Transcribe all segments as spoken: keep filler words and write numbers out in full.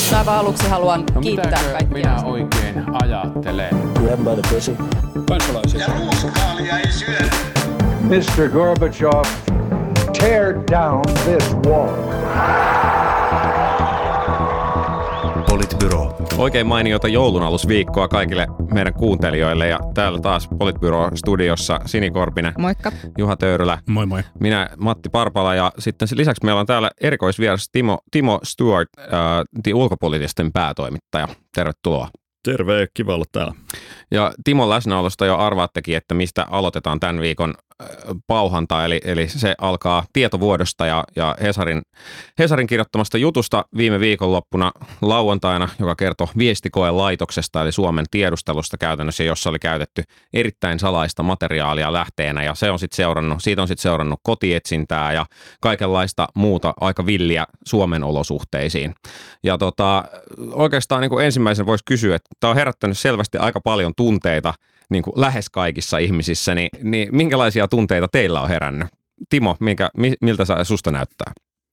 Aivan aluksi haluan no, kiittää kaikkia. Minä oikein ajattelen? Kansalaisia. Ja ruuskaalia ei syö. mister Gorbachev, tear down this wall. Politbyro. Oikein mainiota joulunalusviikkoa kaikille meidän kuuntelijoille ja täällä taas Politbyro-studiossa Sini Korpinen. Moikka. Juha Töyrylä. Moi moi. Minä Matti Parpala ja sitten lisäksi meillä on täällä erikoisvieras Timo, Timo Stewart, äh, ulkopoliittisten päätoimittaja. Tervetuloa. Terve, kiva olla täällä. Ja Timon läsnäolosta jo arvaattekin, että mistä aloitetaan tämän viikon pauhanta, eli, eli se alkaa tietovuodosta ja, ja Hesarin, Hesarin kirjoittamasta jutusta viime viikonloppuna lauantaina, joka kertoo viestikoelaitoksesta, eli Suomen tiedustelusta käytännössä, jossa oli käytetty erittäin salaista materiaalia lähteenä, ja se on sit seurannut, siitä on sitten seurannut kotietsintää ja kaikenlaista muuta aika villiä Suomen olosuhteisiin. Ja tota, oikeastaan niin kuin ensimmäisen voisi kysyä, että tämä on herättänyt selvästi aika paljon tunteita, niin kuin lähes kaikissa ihmisissä, niin, niin minkälaisia tunteita teillä on herännyt? Timo, minkä, miltä se susta näyttää?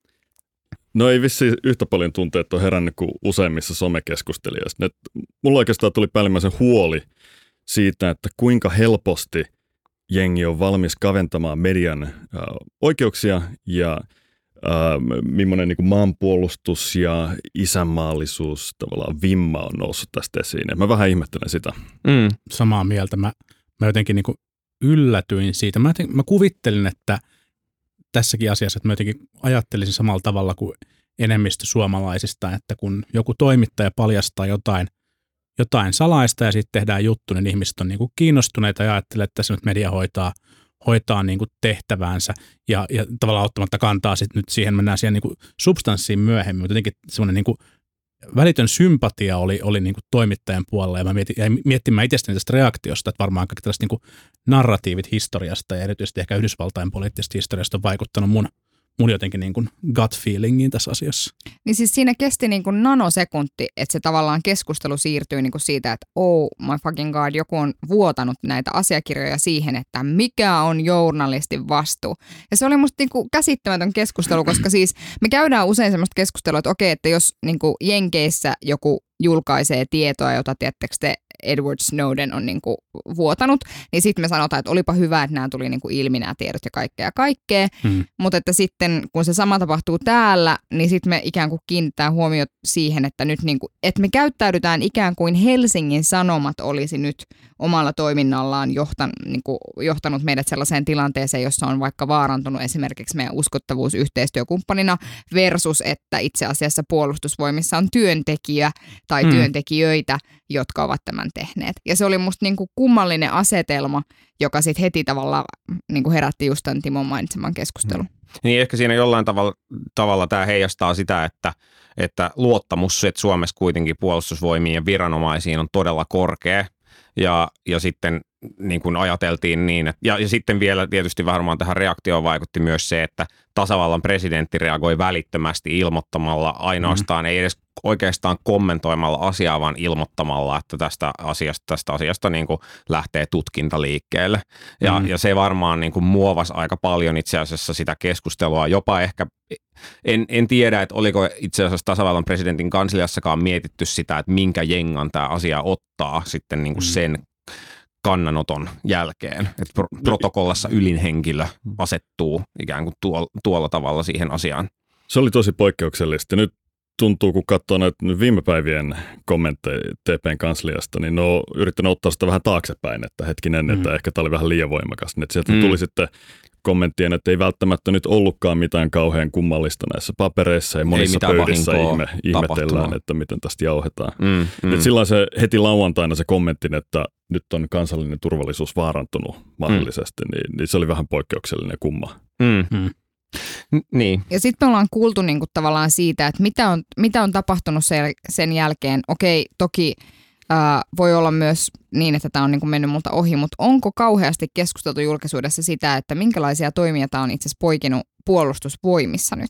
No ei vissiin yhtä paljon tunteita ole herännyt kuin useimmissa somekeskustelijoissa. Mulla oikeastaan tuli päällimmäisen huoli siitä, että kuinka helposti jengi on valmis kaventamaan median äh, oikeuksia ja äh, millainen niin kuin maanpuolustus ja isänmaallisuus, tavallaan vimma on noussut tästä esiin. Ja mä vähän ihmettelen sitä. Mm. Samaa mieltä. Mä, mä jotenkin niin kuin yllätyin siitä. Mä, jotenkin, mä kuvittelin, että tässäkin asiassa, että mä jotenkin ajattelisin samalla tavalla kuin enemmistö suomalaisista, että kun joku toimittaja paljastaa jotain, jotain salaista ja sitten tehdään juttu, niin ihmiset on niin kuin kiinnostuneita ja ajattelee, että tässä nyt media hoitaa hoitaa niin kuin tehtäväänsä ja, ja tavallaan ottamatta kantaa sit nyt siihen, mennään siihen niin kuin substanssiin myöhemmin, mutta jotenkin semmoinen niin kuin välitön sympatia oli, oli niin kuin toimittajan puolella ja mä mietin, ja miettimään itsestäni tästä reaktiosta, että varmaan kaikki tällaiset niin kuin narratiivit historiasta ja erityisesti ehkä Yhdysvaltain poliittisesta historiasta on vaikuttanut mun, mun jotenkin niin kuin gut feelingiin tässä asiassa. Niin siis siinä kesti niin kuin nanosekunti, että se tavallaan keskustelu siirtyi niin kuin siitä, että oh my fucking god, joku on vuotanut näitä asiakirjoja siihen, että mikä on journalistin vastuu. Ja se oli musta niin kuin käsittämätön keskustelu, koska siis me käydään usein semmoista keskustelua, että okei, että jos niin kuin Jenkeissä joku julkaisee tietoa, jota tiedättekö te Edward Snowden on niin kuin vuotanut, niin sitten me sanotaan, että olipa hyvä, että nämä tuli niin kuin ilmi nämä tiedot ja kaikkea ja kaikkea, hmm. mutta että sitten kun se sama tapahtuu täällä, niin sitten me ikään kuin kiinnittää huomiota siihen, että nyt niin kuin, että me käyttäydytään ikään kuin Helsingin Sanomat olisi nyt omalla toiminnallaan johtan, niin kuin, johtanut meidät sellaiseen tilanteeseen, jossa on vaikka vaarantunut esimerkiksi meidän uskottavuus yhteistyökumppanina versus, että itse asiassa puolustusvoimissa on työntekijä tai hmm. työntekijöitä, jotka ovat tämän tehneet. Ja se oli musta niin kuin kummallinen asetelma, joka sitten heti tavallaan niin kuin herätti just tämän Timon mainitseman keskustelun. Hmm. Niin ehkä siinä jollain tavalla, tavalla tämä heijastaa sitä, että, että luottamus, että Suomessa kuitenkin puolustusvoimiin ja viranomaisiin on todella korkea. Ja, ja sitten niin kuin ajateltiin niin, että, ja, ja sitten vielä tietysti varmaan tähän reaktioon vaikutti myös se, että tasavallan presidentti reagoi välittömästi ilmoittamalla ainoastaan, mm. ei edes oikeastaan kommentoimalla asiaa, vaan ilmoittamalla, että tästä asiasta, tästä asiasta niin kuin lähtee tutkinta liikkeelle. Ja, mm. ja se varmaan niin kuin muovasi aika paljon itse asiassa sitä keskustelua, jopa ehkä, en, en tiedä, että oliko itse asiassa tasavallan presidentin kansliassakaan mietitty sitä, että minkä jengan tämä asia ottaa sitten niin kuin mm. sen kannanoton jälkeen, että protokollassa ylin henkilö asettuu ikään kuin tuolla, tuolla tavalla siihen asiaan. Se oli tosi poikkeuksellista. Nyt tuntuu, kun katsoo näitä viime päivien kommentteja T P:n kansliasta, niin ne on yrittänyt ottaa sitä vähän taaksepäin, että hetkinen, mm. että ehkä tämä oli vähän liian voimakas. Niin sieltä mm. tuli sitten kommenttien, että ei välttämättä nyt ollutkaan mitään kauhean kummallista näissä papereissa ja monissa pöydissä ihme, ihmetellään, että miten tästä jauhetaan. Mm, mm. Et silloin se heti lauantaina se kommentti, että nyt on kansallinen turvallisuus vaarantunut mahdollisesti, mm. niin, niin se oli vähän poikkeuksellinen kumma. Mm. Mm. Niin. Ja sitten me ollaan kuultu niinku tavallaan siitä, että mitä on, mitä on tapahtunut sen, sen jälkeen. Okei, toki ää, voi olla myös niin, että tämä on niinku mennyt multa ohi, mutta onko kauheasti keskusteltu julkisuudessa sitä, että minkälaisia toimia tämä on itse asiassa poikinut puolustusvoimissa nyt?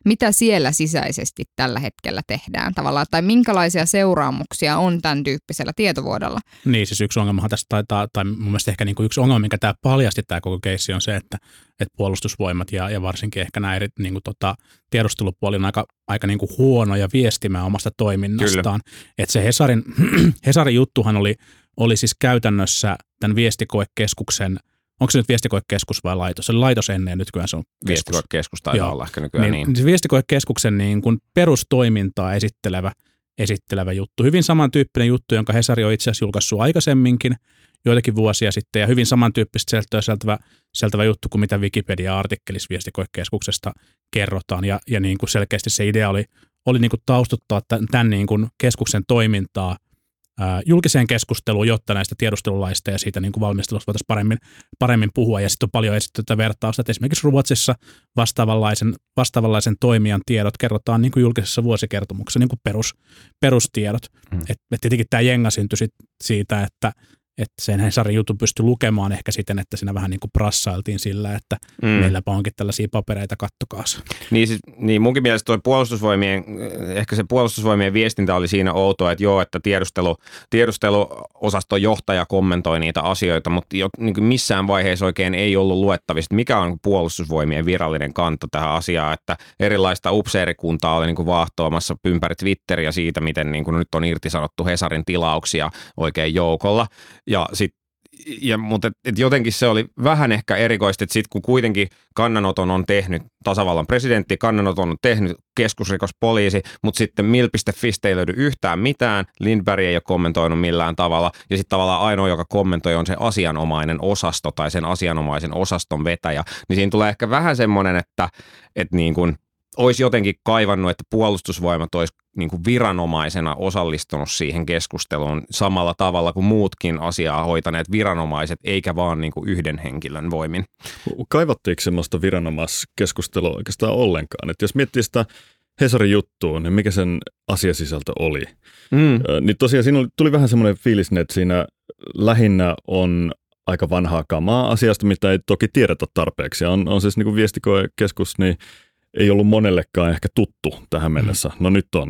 mitä siellä sisäisesti tällä hetkellä tehdään tavallaan, tai minkälaisia seuraamuksia on tämän tyyppisellä tietovuodolla. Niin, siis yksi ongelmahan tässä taitaa, tai mun mielestä ehkä niin kuin yksi ongelma, minkä tämä paljasti tämä koko keissi on se, että, että puolustusvoimat ja, ja varsinkin ehkä nämä eri niin kuin tota, tiedustelupuoli on aika, aika niin kuin huonoja viestimään omasta toiminnastaan. Että se Hesarin, Hesarin juttuhan oli, oli siis käytännössä tämän viestikoekeskuksen, onko se nyt viestikoekeskus vai laitos? Se oli laitos ennen ja nykyään se on keskus. Viestikoekeskus taitaa olla ehkä nykyään niin. niin. Se viestikoekeskuksen niin kuin perustoimintaa esittelevä, esittelevä juttu. Hyvin samantyyppinen juttu, jonka Hesari on itse asiassa julkaissut aikaisemminkin, joitakin vuosia sitten, ja hyvin samantyyppistä sisältöä sisältävä, sisältävä juttu kuin mitä Wikipedia-artikkelissa viestikoekeskuksesta kerrotaan. Ja, ja niin kuin selkeästi se idea oli, oli niin kuin taustuttaa tämän, tämän niin kuin keskuksen toimintaa ää, julkiseen keskusteluun, jotta näistä tiedustelulaista ja siitä niin kuin valmistelusta voitaisiin paremmin, paremmin puhua. Ja sitten on paljon esitetty tätä vertausta, että esimerkiksi Ruotsissa vastaavanlaisen, vastaavanlaisen toimijan tiedot kerrotaan niin kuin julkisessa vuosikertomuksessa, niin kuin perus, perustiedot. Mm. Et, et tietenkin tämä jenga syntyi sit siitä, että että sen Hesarin jutun pystyi lukemaan ehkä siten, että siinä vähän niin kuin prassailtiin sillä, että mm. meilläpä onkin tällaisia papereita, kattokaas. Niin, siis, niin munkin mielestä tuo puolustusvoimien, ehkä se puolustusvoimien viestintä oli siinä outoa, että joo, että tiedustelu, tiedusteluosaston johtaja kommentoi niitä asioita, mutta jo, niin kuin missään vaiheessa oikein ei ollut luettavista, mikä on puolustusvoimien virallinen kanta tähän asiaan, että erilaista upseerikuntaa oli niin kuin vaahtoamassa ympäri Twitteriä siitä, miten niin kuin nyt on irtisanottu Hesarin tilauksia oikein joukolla. Ja sit, ja, mutta et, et jotenkin se oli vähän ehkä erikoista, että sitten kun kuitenkin kannanoton on tehnyt tasavallan presidentti, kannanoton on tehnyt keskusrikospoliisi, mutta sitten mil piste fi ei löydy yhtään mitään, Lindberg ei ole kommentoinut millään tavalla, ja sitten tavallaan ainoa, joka kommentoi, on se asianomainen osasto tai sen asianomaisen osaston vetäjä, niin siinä tulee ehkä vähän semmoinen, että, että niin kuin olisi jotenkin kaivannut, että puolustusvoimat olisi niin kuin viranomaisena osallistunut siihen keskusteluun samalla tavalla kuin muutkin asiaa hoitaneet viranomaiset, eikä vaan niin kuin yhden henkilön voimin. Kaivattiinko semmoista viranomaiskeskustelua oikeastaan ollenkaan? Että jos miettii sitä Hesarin juttua, niin mikä sen asiasisältö oli? Mm. Niin tosiaan siinä tuli vähän semmoinen fiilis, että siinä lähinnä on aika vanhaa kamaa asiasta, mitä ei toki tiedetä tarpeeksi. On, on siis niin kuin viestikoekeskus, niin ei ollut monellekaan ehkä tuttu tähän mennessä. No nyt on.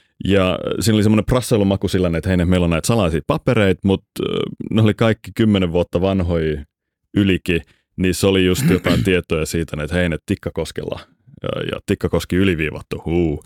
Ja siinä oli semmoinen prassailumaku sillä, että hei, meillä on näitä salaisia papereita, mutta ne oli kaikki kymmenen vuotta vanhoja ylikin, niin se oli just jotain tietoja siitä, että hei, ne Tikkakoskella ja, ja Tikkakoski yliviivattu, huu.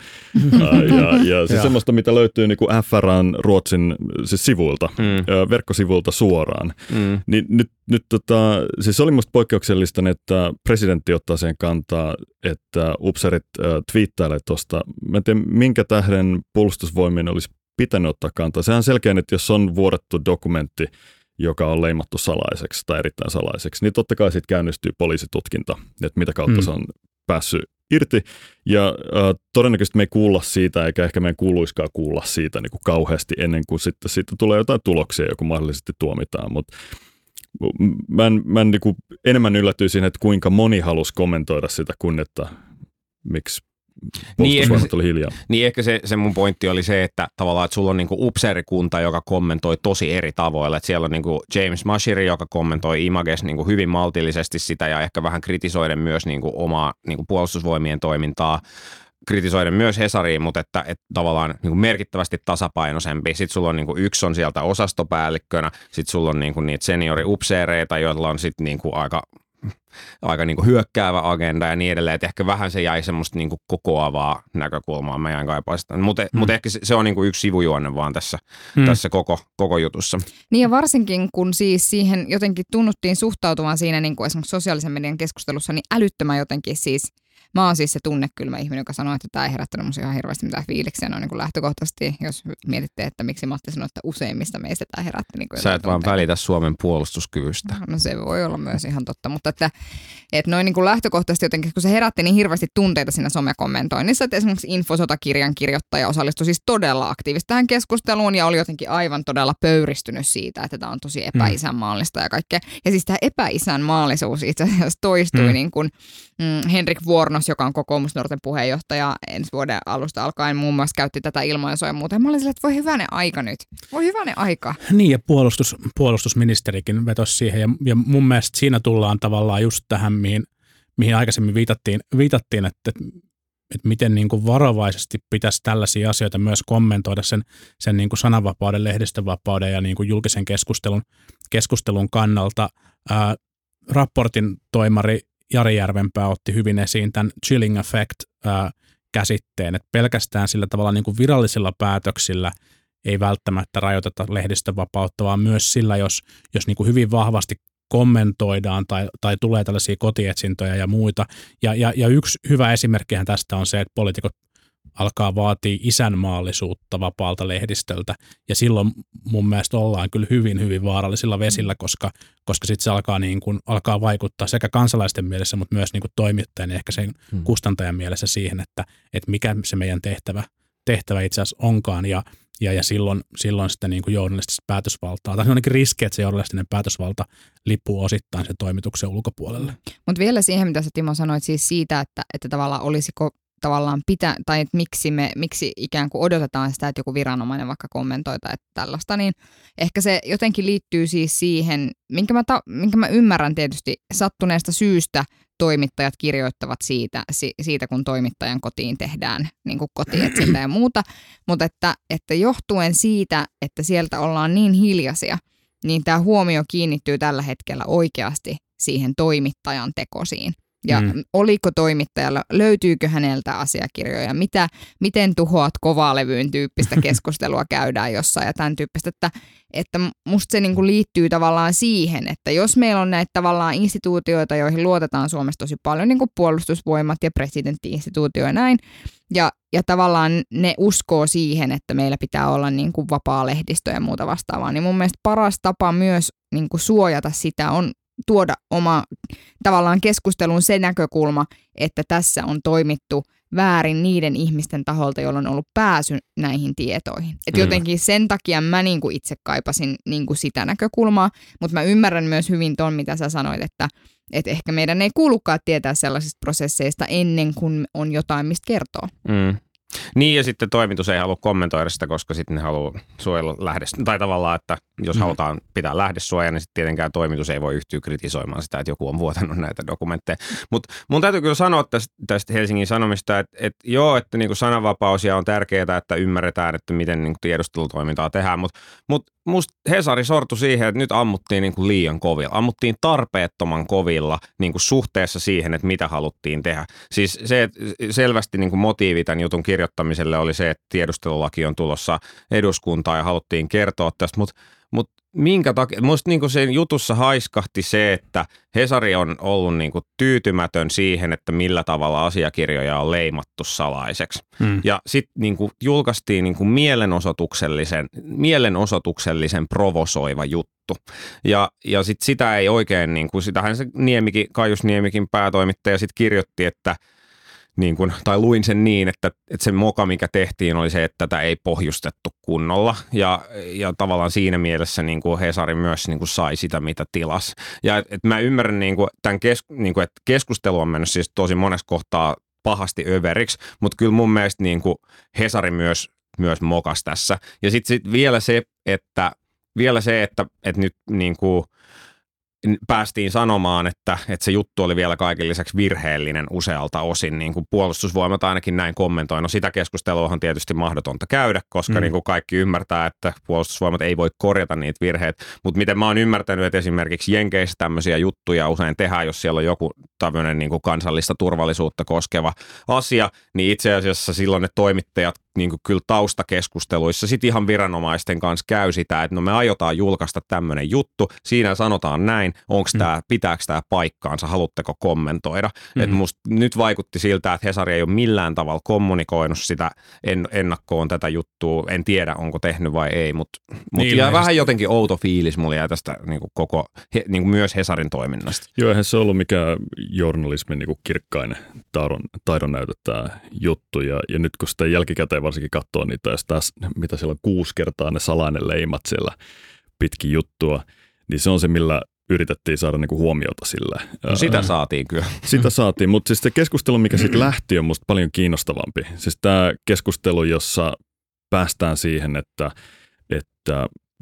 Ja, ja siis semmoista, mitä löytyy niin kuin F R:n Ruotsin siis sivuilta, mm. verkkosivuilta suoraan. Mm. Niin nyt, nyt tota, siis oli musta poikkeuksellista, että presidentti ottaa sen kantaa, että upserit äh, twiittailee tuosta. Mä en tiedä, minkä tähden puolustusvoimien olisi pitänyt ottaa kantaa. Sehän on selkeä, että jos on vuodettu dokumentti, joka on leimattu salaiseksi tai erittäin salaiseksi, niin totta kai siitä käynnistyy poliisitutkinta, että mitä kautta mm. se on päässyt irti, ja äh, todennäköisesti me ei kuulla siitä, eikä ehkä meidän kuuluiskaan kuulla siitä niin kuin kauheasti ennen kuin sitten siitä tulee jotain tuloksia, joku mahdollisesti tuomitaan, mutta mä, en, mä en, niin kuin enemmän yllätyisin, että kuinka moni halusi kommentoida sitä kuin, että miksi puolustusvoimat niin oli hiljaa. Niin ehkä se, se mun pointti oli se, että tavallaan, että sulla on niinku upseerikunta, joka kommentoi tosi eri tavoilla. Että siellä on niinku James Mashiri, joka kommentoi Images niinku hyvin maltillisesti sitä ja ehkä vähän kritisoiden myös niinku omaa niinku puolustusvoimien toimintaa, kritisoiden myös Hesariin, mutta että, että tavallaan niin kuin merkittävästi tasapainoisempi. Sitten sulla on niin kuin yksi on sieltä osastopäällikkönä, sitten sulla on niin kuin niitä senioriupseereita, joilla on sitten niin kuin aika, aika niin kuin hyökkäävä agenda ja niin edelleen. Et ehkä vähän se jäi semmoista niin kuin kokoavaa näkökulmaa meidän kaipaista. Mutta hmm. mut ehkä se on niin kuin yksi sivujuonne vaan tässä, hmm. tässä koko, koko jutussa. Niin ja varsinkin kun siis siihen jotenkin tunnuttiin suhtautumaan siinä niin kuin esimerkiksi sosiaalisen median keskustelussa, niin älyttömän jotenkin siis. Mä oon siis se tunnekylmä ihminen, joka sanoo, että tämä ei herättänyt mun ihan hirveästi mitään fiiliksiä. No niin kuin lähtökohtaisesti, jos mietitte, että miksi Matti sanoi, että useimmista meistä tämä herätti. Niin sä et vaan tunteita. Välitä Suomen puolustuskyvystä. No se voi olla myös ihan totta, mutta että, että noin niin kuin lähtökohtaisesti jotenkin, kun se herätti niin hirveästi tunteita siinä somekommentoinnissa, että esimerkiksi Infosotakirjan kirjoittaja osallistui siis todella aktiivisesti tähän keskusteluun ja oli jotenkin aivan todella pöyristynyt siitä, että tämä on tosi epäisänmaallista ja kaikkea. Ja siis tämä epäisänmaallisuus itse asiassa toistui mm. niin kuin mm, Henrik Vuornos, joka on kokoomusnuorten puheenjohtaja ensi vuoden alusta alkaen muun muassa käytti tätä ilmaisua ja muuta. Ja mä olin silleen, että voi hyvänen aika nyt. Voi hyvänen aika. Niin ja puolustus, puolustusministerikin vetosi siihen ja, ja mun mielestä siinä tullaan tavallaan just tähän, mihin, mihin aikaisemmin viitattiin, viitattiin että, että miten niin kuin varovaisesti pitäisi tällaisia asioita myös kommentoida sen, sen niin kuin sananvapauden, lehdistönvapauden ja niin kuin julkisen keskustelun, keskustelun kannalta. Ää, raportin toimari Jari Järvenpää otti hyvin esiin tämän chilling effect ää, käsitteen, että pelkästään sillä tavalla niin kuin virallisilla päätöksillä ei välttämättä rajoiteta lehdistönvapautta, vaan myös sillä, jos, jos niin kuin hyvin vahvasti kommentoidaan tai, tai tulee tällaisia kotietsintöjä ja muita. Ja, ja, ja yksi hyvä esimerkkihän tästä on se, että poliitikot alkaa vaatia isänmaallisuutta vapaalta lehdistöltä, ja silloin mun mielestä ollaan kyllä hyvin, hyvin vaarallisilla vesillä, koska, koska sitten se alkaa, niin kuin, alkaa vaikuttaa sekä kansalaisten mielessä, mutta myös niin kuin toimittajan ja ehkä sen hmm. kustantajan mielessä siihen, että, että mikä se meidän tehtävä, tehtävä itse asiassa onkaan, ja, ja, ja silloin, silloin sitten niin kuin journalistista päätösvaltaa, tai on ainakin riski, että se journalistinen päätösvalta lippuu osittain sen toimituksen ulkopuolelle. Mutta vielä siihen, mitä sä Timo sanoit, siis siitä, että, että tavallaan olisiko tavallaan pitää, tai että miksi, me, miksi ikään kuin odotetaan sitä, että joku viranomainen vaikka kommentoi tai tällaista, niin ehkä se jotenkin liittyy siis siihen, minkä mä, ta, minkä mä ymmärrän tietysti sattuneesta syystä toimittajat kirjoittavat siitä, siitä kun toimittajan kotiin tehdään niin kuin kotietsintä ja muuta, mutta että, että johtuen siitä, että sieltä ollaan niin hiljaisia, niin tämä huomio kiinnittyy tällä hetkellä oikeasti siihen toimittajan tekosiin. Ja mm. oliko toimittajalla, löytyykö häneltä asiakirjoja, mitä, miten tuhoat kovaa levyyn tyyppistä keskustelua käydään jossain ja tämän tyyppistä, että, että musta se niinku liittyy tavallaan siihen, että jos meillä on näitä tavallaan instituutioita, joihin luotetaan Suomessa tosi paljon, niin kuin puolustusvoimat ja presidentti-instituutio ja näin, ja, ja tavallaan ne uskoo siihen, että meillä pitää olla niinku vapaa lehdistö ja muuta vastaavaa, niin mun mielestä paras tapa myös niinku suojata sitä on tuoda oma tavallaan keskusteluun se näkökulma, että tässä on toimittu väärin niiden ihmisten taholta, joilla on ollut pääsy näihin tietoihin. Et jotenkin sen takia mä niinku itse kaipasin niinku sitä näkökulmaa, mutta mä ymmärrän myös hyvin ton, mitä sä sanoit, että et ehkä meidän ei kuulukaan tietää sellaisista prosesseista ennen kuin on jotain, mistä kertoo. Mm. Niin, ja sitten toimitus ei halua kommentoida sitä, koska sitten ne haluaa suojella lähdestä. Tai tavallaan, että jos mm. halutaan pitää lähdesuojaa, niin sitten tietenkään toimitus ei voi yhtyä kritisoimaan sitä, että joku on vuotanut näitä dokumentteja. Mutta mun täytyy kyllä sanoa tästä, tästä Helsingin Sanomista, että, että joo, että niinku sananvapaus ja on tärkeää, että ymmärretään, että miten niinku tiedustelutoimintaa tehdään. Mutta mut musta Hesari sortui siihen, että nyt ammuttiin niinku liian kovilla. Ammuttiin tarpeettoman kovilla niinku suhteessa siihen, että mitä haluttiin tehdä. Siis se, että selvästi niinku motiivi tämän jutun kirjoittamiselle oli se, että tiedustelulaki on tulossa eduskuntaan ja haluttiin kertoa tästä, mutta mut minkä takia, musta niinku sen jutussa haiskahti se, että Hesari on ollut niinku tyytymätön siihen, että millä tavalla asiakirjoja on leimattu salaiseksi. Hmm. Ja sitten niinku julkaistiin niinku mielenosoituksellisen, mielenosoituksellisen provosoiva juttu. Ja, ja sitten sitä ei oikein, niinku, sitähän se Niemikin, Kaius Niemikin päätoimittaja sitten kirjoitti, että niin kuin, tai luin sen niin, että, että se moka, mikä tehtiin, oli se, että tätä ei pohjustettu kunnolla. Ja, ja tavallaan siinä mielessä niin kuin Hesari myös niin kuin sai sitä, mitä tilasi. Ja et, et mä ymmärrän, niin kuin, tämän kes, niin kuin, että keskustelu on mennyt siis tosi monessa kohtaa pahasti överiksi, mutta kyllä mun mielestä niin kuin Hesari myös, myös mokas tässä. Ja sitten sit vielä se, että, vielä se, että, että nyt niin kuin päästiin sanomaan, että, että se juttu oli vielä kaiken lisäksi virheellinen usealta osin, niin kuin puolustusvoimat ainakin näin kommentoi. No sitä keskustelua on tietysti mahdotonta käydä, koska mm. niin kuin kaikki ymmärtää, että puolustusvoimat ei voi korjata niitä virheitä. Mutta miten mä oon ymmärtänyt, että esimerkiksi Jenkeissä tämmöisiä juttuja usein tehdään, jos siellä on joku tämmöinen niin kuin kansallista turvallisuutta koskeva asia, niin itse asiassa silloin ne toimittajat niin kuin kyllä taustakeskusteluissa sit ihan viranomaisten kanssa käy sitä, että no me aiotaan julkaista tämmöinen juttu, siinä sanotaan näin, onko mm. tämä, pitääkö tämä paikkaansa, haluatteko kommentoida. Mm. Et musta nyt vaikutti siltä, että Hesari ei ole millään tavalla kommunikoinut sitä en, ennakkoon tätä juttua, en tiedä onko tehnyt vai ei, mutta mut niin, jää vähän jotenkin outo fiilis mulla jää tästä niin kuin koko, he, niin kuin myös Hesarin toiminnasta. Joo, eihän se ollut mikään journalismin niin kuin kirkkain taidon, taidon näytä tämä juttu, ja, ja nyt kun sitä jälkikäteen varsinkin katsoo niitä, ja sitä, mitä siellä on kuusi kertaa ne salainen leimat siellä pitkin juttua, niin se on se, millä yritettiin saada niinku huomiota sillä. No sitä äh, saatiin kyllä. Sitä saatiin, mutta siis se keskustelu, mikä siitä lähti, on musta paljon kiinnostavampi. Siis tämä keskustelu, jossa päästään siihen, että, että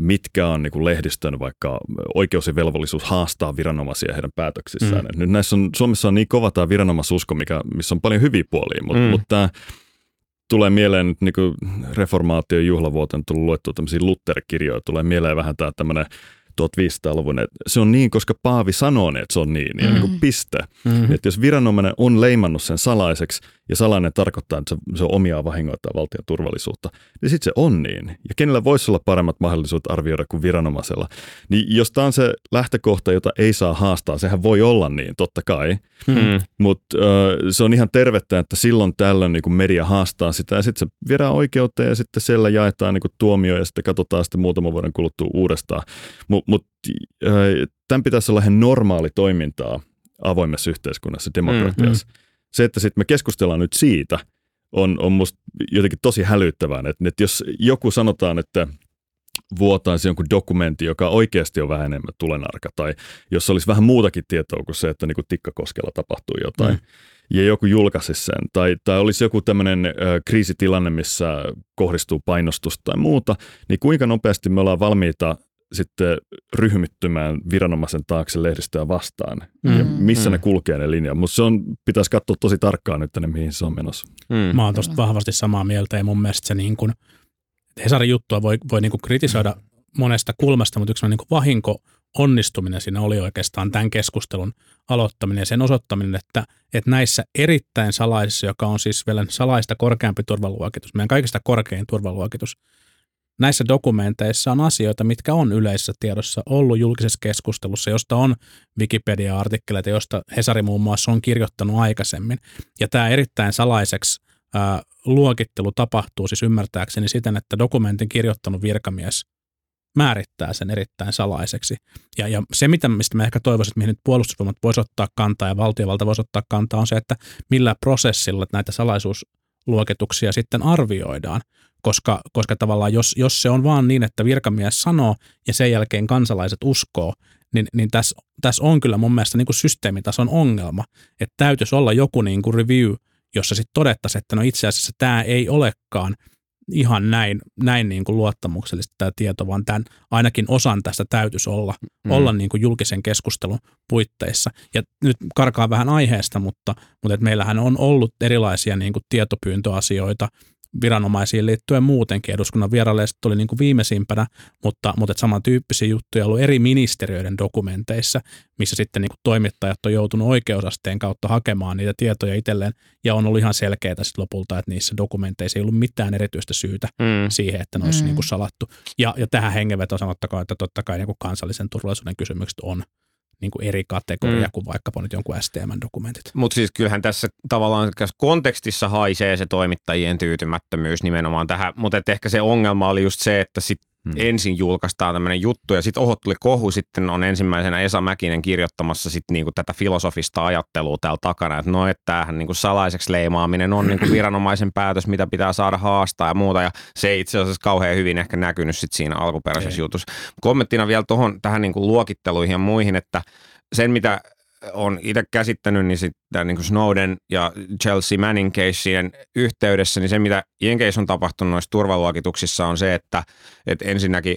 mitkä on niin kuin lehdistön vaikka oikeus ja velvollisuus haastaa viranomaisia heidän päätöksissään. Mm. Nyt näissä on, Suomessa on niin kova tämä viranomaisusko, mikä, missä on paljon hyviä puolia, mutta, mm. mutta tämä tulee mieleen nyt niin kuin reformaation juhlavuoteen tullut luettua tämmöisiä Luther-kirjoja, tulee mieleen vähän tämä tämmöinen tuhatviisisataaluvun, että se on niin, koska Paavi sanoo, että se on niin, ja mm-hmm. niin kuin piste. Mm-hmm. Että jos viranomainen on leimannut sen salaiseksi, ja salainen tarkoittaa, että se on omiaan vahingoittaa valtion turvallisuutta, niin sitten se on niin. Ja kenellä voisi olla paremmat mahdollisuudet arvioida kuin viranomaisella. Niin jos tämä on se lähtökohta, jota ei saa haastaa, sehän voi olla niin, totta kai. Mm-hmm. Mutta äh, se on ihan tervettä, että silloin tällöin niin kuin media haastaa sitä, ja sitten se viedään oikeuteen, ja sitten siellä jaetaan niin kuin tuomio, ja sitten katsotaan sitten muutaman vuoden kuluttua uudestaan. Mutta mut, äh, tämän pitäisi olla ihan normaali toimintaa avoimessa yhteiskunnassa, demokratiassa. Mm-hmm. Se, että sitten me keskustellaan nyt siitä, on, on musta jotenkin tosi hälyttävää, että, että jos joku sanotaan, että vuotaisi jonkun dokumentti, joka oikeasti on vähän enemmän tulenarka, tai jos olisi vähän muutakin tietoa kuin se, että niin kuin Tikkakoskella tapahtuu jotain, mm. ja joku julkaisisi sen, tai, tai olisi joku tämmöinen äh, kriisitilanne, missä kohdistuu painostusta tai muuta, niin kuinka nopeasti me ollaan valmiita sitten ryhmittymään viranomaisen taakse lehdistöä vastaan, mm. ja missä mm. ne kulkee ne linjat. Mutta se on, pitäisi katsoa tosi tarkkaan nyt, ne, mihin se on menossa. Mm. Mä oon tosta vahvasti samaa mieltä, ja mun mielestä se niin kuin, Hesarin juttua voi, voi niin kuin kritisoida monesta kulmasta, mutta yksi niin kuin vahinko onnistuminen siinä oli oikeastaan tämän keskustelun aloittaminen ja sen osoittaminen, että, että näissä erittäin salaisissa, joka on siis vielä salaista korkeampi turvaluokitus, meidän kaikista korkein turvaluokitus, näissä dokumenteissa on asioita, mitkä on yleisessä tiedossa ollut julkisessa keskustelussa, josta on Wikipedia-artikkeleita, josta Hesari muun muassa on kirjoittanut aikaisemmin. Ja tämä erittäin salaiseksi ää, luokittelu tapahtuu siis ymmärtääkseni siten, että dokumentin kirjoittanut virkamies määrittää sen erittäin salaiseksi. Ja, ja se, mitä, mistä mä ehkä toivoisin, että mihin nyt puolustusvoimat voisi ottaa kantaa ja valtiovalta voisi ottaa kantaa, on se, että millä prosessilla näitä salaisuusluokituksia sitten arvioidaan. Koska, koska tavallaan jos, jos se on vaan niin, että virkamies sanoo ja sen jälkeen kansalaiset uskoo, niin, niin tässä, tässä on kyllä mun mielestä niin kuin systeemitason ongelma, että täytyisi olla joku niin kuin review, jossa sitten todettaisiin, että no itse asiassa tämä ei olekaan ihan näin, näin niin kuin luottamuksellista tämä tieto, vaan tämän, ainakin osan tästä täytyisi olla, mm. olla niin kuin julkisen keskustelun puitteissa. Ja nyt karkaa vähän aiheesta, mutta, mutta että meillähän on ollut erilaisia niin kuin tietopyyntöasioita viranomaisiin liittyen muutenkin. Eduskunnan vierailijat oli niin kuin viimeisimpänä, mutta, mutta samantyyppisiä juttuja on ollut eri ministeriöiden dokumenteissa, missä sitten niin kuin toimittajat on joutunut oikeusasteen kautta hakemaan niitä tietoja itselleen, ja on ollut ihan selkeää sitten lopulta, että niissä dokumenteissa ei ollut mitään erityistä syytä mm. siihen, että ne olisi mm. niin kuin salattu. Ja, ja tähän hengenvetoon sanottakoon, että totta kai niin kuin kansallisen turvallisuuden kysymykset on niin kuin eri kategoria mm. kuin vaikkapa nyt jonkun S T M-dokumentit. Mutta siis kyllähän tässä tavallaan kontekstissa haisee se toimittajien tyytymättömyys nimenomaan tähän, mutta ehkä se ongelma oli just se, että sit mm. ensin julkaistaan tämmöinen juttu ja sitten oho tuli kohu, sitten on ensimmäisenä Esa Mäkinen kirjoittamassa sit niinku tätä filosofista ajattelua täällä takana, että no, että tämähän niinku salaiseksi leimaaminen on niinku viranomaisen päätös, mitä pitää saada haastaa ja muuta, ja se ei itse asiassa kauhean hyvin ehkä näkynyt sit siinä alkuperäisessä ei. jutussa. Kommenttina vielä tuohon tähän niinku luokitteluihin ja muihin, että sen mitä on itse käsittänyt, niin sitten niin kuin Snowden ja Chelsea Manning keissien yhteydessä, niin se mitä Jenkeissä on tapahtunut noissa turvaluokituksissa on se, että, että ensinnäkin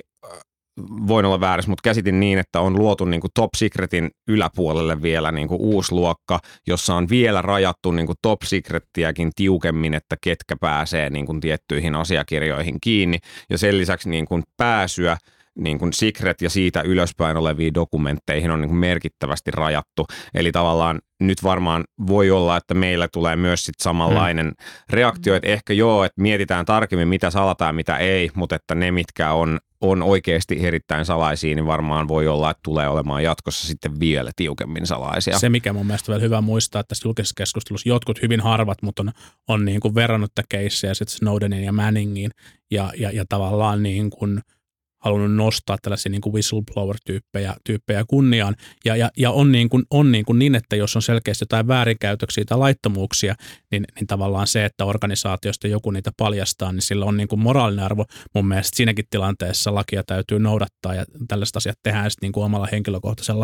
voin olla väärässä, mutta käsitin niin, että on luotu niin kuin top secretin yläpuolelle vielä niin kuin uusi luokka, jossa on vielä rajattu niin kuin top secrettiäkin tiukemmin, että ketkä pääsee niin kuin tiettyihin asiakirjoihin kiinni, ja sen lisäksi niin kuin pääsyä niin kuin secret ja siitä ylöspäin oleviin dokumentteihin on niin kuin merkittävästi rajattu. Eli tavallaan nyt varmaan voi olla, että meillä tulee myös sit samanlainen hmm. reaktio, että ehkä joo, että mietitään tarkemmin, mitä salataan, mitä ei, mutta että ne, mitkä on, on oikeasti erittäin salaisia, niin varmaan voi olla, että tulee olemaan jatkossa sitten vielä tiukemmin salaisia. Se, mikä mun mielestä on vielä hyvä muistaa, että tässä julkisessa keskustelussa jotkut hyvin harvat, mutta on, on niin kuin verrannut tätä keissejä sitten Snowdenin ja Manningin ja, ja, ja tavallaan niin kuin halunnut nostaa tällaisia niin kuin whistleblower-tyyppejä tyyppejä kunniaan. Ja, ja, ja on, niin kuin, on niin, kuin niin, että jos on selkeästi jotain väärinkäytöksiä tai laittomuuksia, niin, niin tavallaan se, että organisaatiosta joku niitä paljastaa, niin sillä on niin kuin moraalinen arvo. Mun mielestä siinäkin tilanteessa lakia täytyy noudattaa, ja tällaiset asiat tehdään sitten niin kuin omalla henkilökohtaisella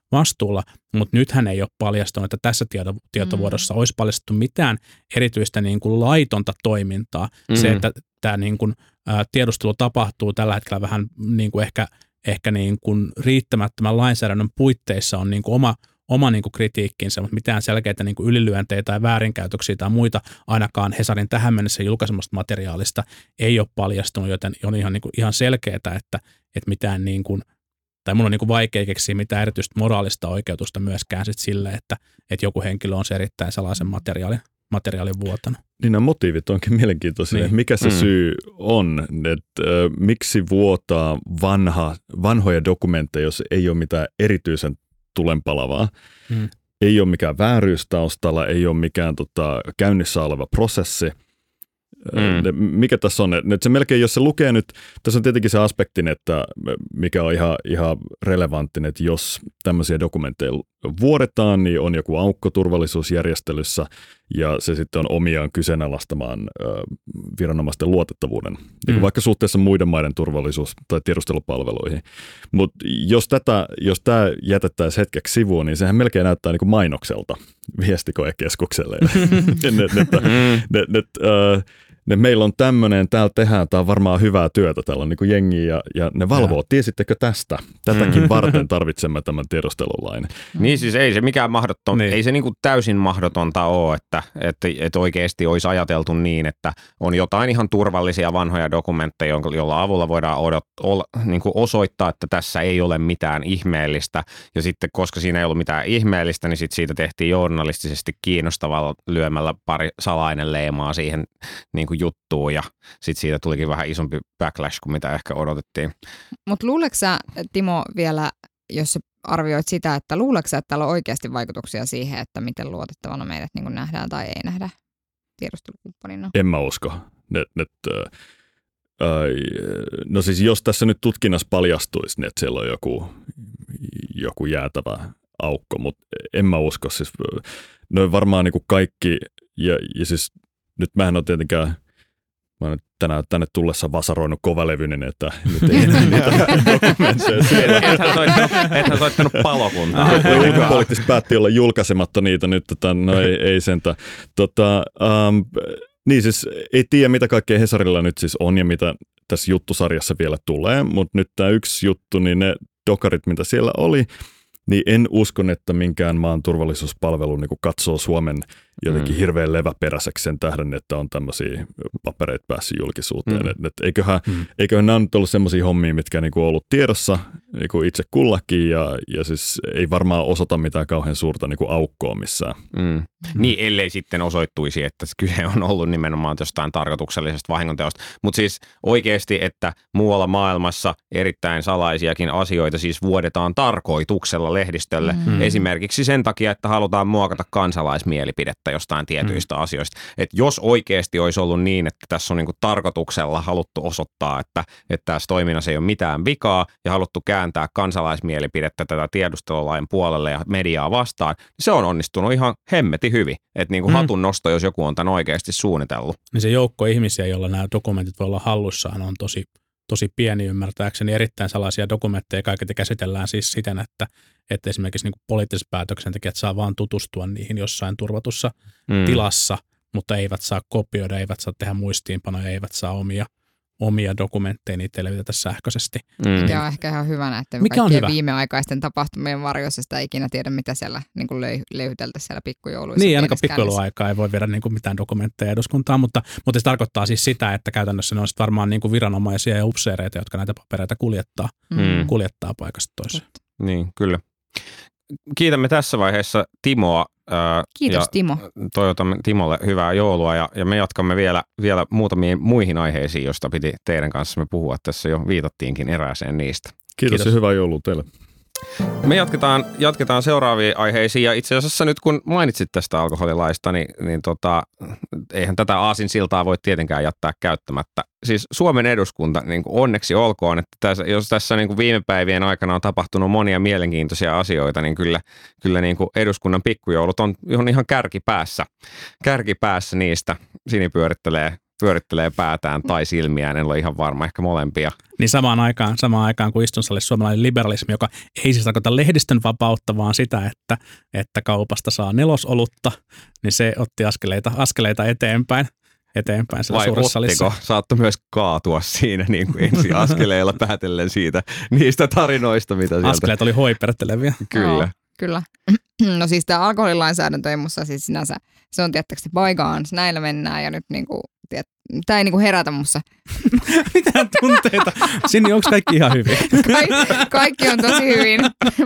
vastuulla, mutta nythän ei ole paljastunut, että tässä tieto, tietovuodossa mm. olisi paljastettu mitään erityistä niin kuin laitonta toimintaa. Mm. Se, että tämä niin kuin, ä, tiedustelu tapahtuu tällä hetkellä vähän niin kuin ehkä, ehkä niin kuin riittämättömän lainsäädännön puitteissa on niin kuin oma, oma niin kuin kritiikkinsä, mutta mitään selkeitä niin kuin ylilyöntejä tai väärinkäytöksiä tai muita ainakaan Hesarin tähän mennessä julkaisemasta materiaalista ei ole paljastunut, joten on ihan, niin kuin, ihan selkeää, että, että mitään niin kuin, tai mun on niin kuin vaikea keksiä mitään erityistä moraalista oikeutusta myöskään sit sille, että, että joku henkilö on se erittäin salaisen materiaalin, materiaalin vuotanut. Niin nämä motiivit onkin mielenkiintoisia. Niin. Mikä se mm. syy on, että äh, miksi vuotaa vanha, vanhoja dokumentteja, jos ei ole mitään erityisen tulenpalavaa. Mm. Ei ole mikään vääryys taustalla, ei ole mikään tota, käynnissä oleva prosessi. Mm. Mikä tässä on? Nyt se melkein, jos se lukee nyt, tässä on tietenkin se aspektin, että mikä on ihan, ihan relevantti, että jos tämmöisiä dokumentteja vuodetaan, niin on joku aukko turvallisuusjärjestelyssä ja se sitten on omiaan kyseenalaistamaan ö, viranomaisten luotettavuuden, mm. niin vaikka suhteessa muiden maiden turvallisuus- tai tiedustelupalveluihin. Mutta jos, tätä, jos tämä jätettäisiin hetkeksi sivuun, niin sehän melkein näyttää niin kuin mainokselta viestikoekeskukselle. Ne, meillä on tämmöinen, täällä tehdään, tämä on varmaan hyvää työtä, täällä on niin kuin jengiä ja, ja ne valvoo. Tiesittekö tästä? Tätäkin mm. varten tarvitsemme tämän tiedustelulain. Niin siis ei se mikään mahdoton, niin. ei se niin kuin täysin mahdotonta ole, että, että, että oikeasti olisi ajateltu niin, että on jotain ihan turvallisia vanhoja dokumentteja, jolla avulla voidaan odot, olla, niin kuin osoittaa, että tässä ei ole mitään ihmeellistä. Ja sitten koska siinä ei ollut mitään ihmeellistä, niin sit siitä tehtiin journalistisesti kiinnostavalla lyömällä pari salainen leimaa siihen niin kuin juttuun ja sitten siitä tulikin vähän isompi backlash kuin mitä ehkä odotettiin. Mutta luuleeko sä, Timo, vielä, jos sä arvioit sitä, että luuleeko sä, että täällä on oikeasti vaikutuksia siihen, että miten luotettavana meidät niin kuin nähdään tai ei nähdä tiedustelukumppanina? En mä usko. Ne, ne, äh, no siis jos tässä nyt tutkinnassa paljastuisi, niin että siellä on joku, joku jäätävä aukko, mutta en mä usko. Siis, no varmaan niin kuin kaikki, ja, ja siis nyt mähän on tietenkään, mä oon tänään tänne tullessa vasaroinut kovalevyinen, että nyt ei enää niitä dokumentteja siellä. Ethän soittanut palokuntaa. Ulkopoliittisesti päätti olla julkaisematta niitä nyt, tota, no ei, ei sentään. Tota, um, niin siis ei tiedä, mitä kaikkea Hesarilla nyt siis on ja mitä tässä juttusarjassa vielä tulee, mutta nyt tämä yksi juttu, niin ne dokarit, mitä siellä oli, niin en uskon, että minkään maan turvallisuuspalvelu niin kuin katsoo Suomen jotenkin mm. hirveän leväperäiseksi sen tähden, että on tämmöisiä papereita päässyt julkisuuteen. Mm. Et, et eiköhän, mm. eiköhän nämä nyt ollut semmoisia hommia, mitkä niin kuin on ollut tiedossa niin kuin itse kullakin ja, ja siis ei varmaan osoita mitään kauhean suurta niin kuin aukkoa missään. Mm. Mm. Niin, ellei sitten osoittuisi, että kyse on ollut nimenomaan jostain tarkoituksellisesta vahingonteosta. Mutta siis oikeasti, että muualla maailmassa erittäin salaisiakin asioita siis vuodetaan tarkoituksella lehdistölle. Mm. Esimerkiksi sen takia, että halutaan muokata kansalaismielipidettä jostain tietyistä mm. asioista. Että jos oikeasti olisi ollut niin, että tässä on niinku tarkoituksella haluttu osoittaa, että, että tässä toiminnassa ei ole mitään vikaa ja haluttu kääntää kansalaismielipidettä tätä tiedustelulain puolelle ja mediaa vastaan, niin se on onnistunut ihan hemmetin hyvin. Että niinku mm. hatun nosto, jos joku on tämän oikeasti suunnitellut. Niin se joukko ihmisiä, joilla nämä dokumentit voi olla hallussaan, on tosi, tosi pieni ymmärtääkseni. Erittäin salaisia dokumentteja kaiketi käsitellään siis siten, että, että esimerkiksi niin kuin poliittiset päätöksentekijät saa vaan tutustua niihin jossain turvatussa mm. tilassa, mutta eivät saa kopioida, eivät saa tehdä muistiinpanoja, eivät saa omia, omia dokumentteja, niitä levitetä sähköisesti. Mm. Se on ehkä ihan hyvä näiden Mikä kaikkien viimeaikaisten tapahtumien varjossa, sitä ei ikinä tiedä, mitä siellä niin kuin löy- löyhteltäisiin siellä pikkujouluissa. Niin, ainakaan pikkujouluaikaa ei voi viedä niin kuin mitään dokumentteja eduskuntaan, mutta, mutta se tarkoittaa siis sitä, että käytännössä ne on varmaan niin kuin viranomaisia ja upseereita, jotka näitä papereita kuljettaa, mm. kuljettaa paikasta toiseen. Niin, kyllä. Kiitämme tässä vaiheessa Timoa. Kiitos ja Timo. Toivotamme Timolle hyvää joulua ja, ja me jatkamme vielä, vielä muutamiin muihin aiheisiin, joista piti teidän kanssamme puhua. Tässä jo viitattiinkin erääseen niistä. Kiitos, Kiitos. Ja hyvää joulua teille. Me jatketaan, jatketaan seuraaviin aiheisiin ja itse asiassa nyt kun mainitsit tästä alkoholilaista, niin, niin tota, eihän tätä aasinsiltaa voi tietenkään jättää käyttämättä. Siis Suomen eduskunta, niin kuin onneksi olkoon, että tässä, jos tässä niin kuin viime päivien aikana on tapahtunut monia mielenkiintoisia asioita, niin kyllä, kyllä niin kuin eduskunnan pikkujoulut on, on ihan kärkipäässä. Kärkipäässä niistä. Sini pyörittelee pyörittelee päätään tai silmiään, en ole ihan varma, ehkä molempia. Niin samaan aikaan, samaan aikaan kuin istunnossa suomalainen liberalismi, joka ei siis tarkoita lehdistön vapautta, vaan sitä, että, että kaupasta saa nelosolutta, niin se otti askeleita, askeleita eteenpäin. eteenpäin Vai suuressa ottiko? Saattoi myös kaatua siinä niin kuin ensi askeleilla päätellen siitä, niistä tarinoista, mitä sieltä. Askeleet oli hoiperteleviä. Kyllä. Joo, kyllä. No siis tämä alkoholilainsäädäntö ei musta siis sinänsä, se on tiettävästi bygones, näillä mennään ja nyt niinku, tiet, tämä ei niinku herätä musta. Mitään tunteita. Sinni, onko kaikki ihan hyvin? Ka- kaikki on tosi hyvin.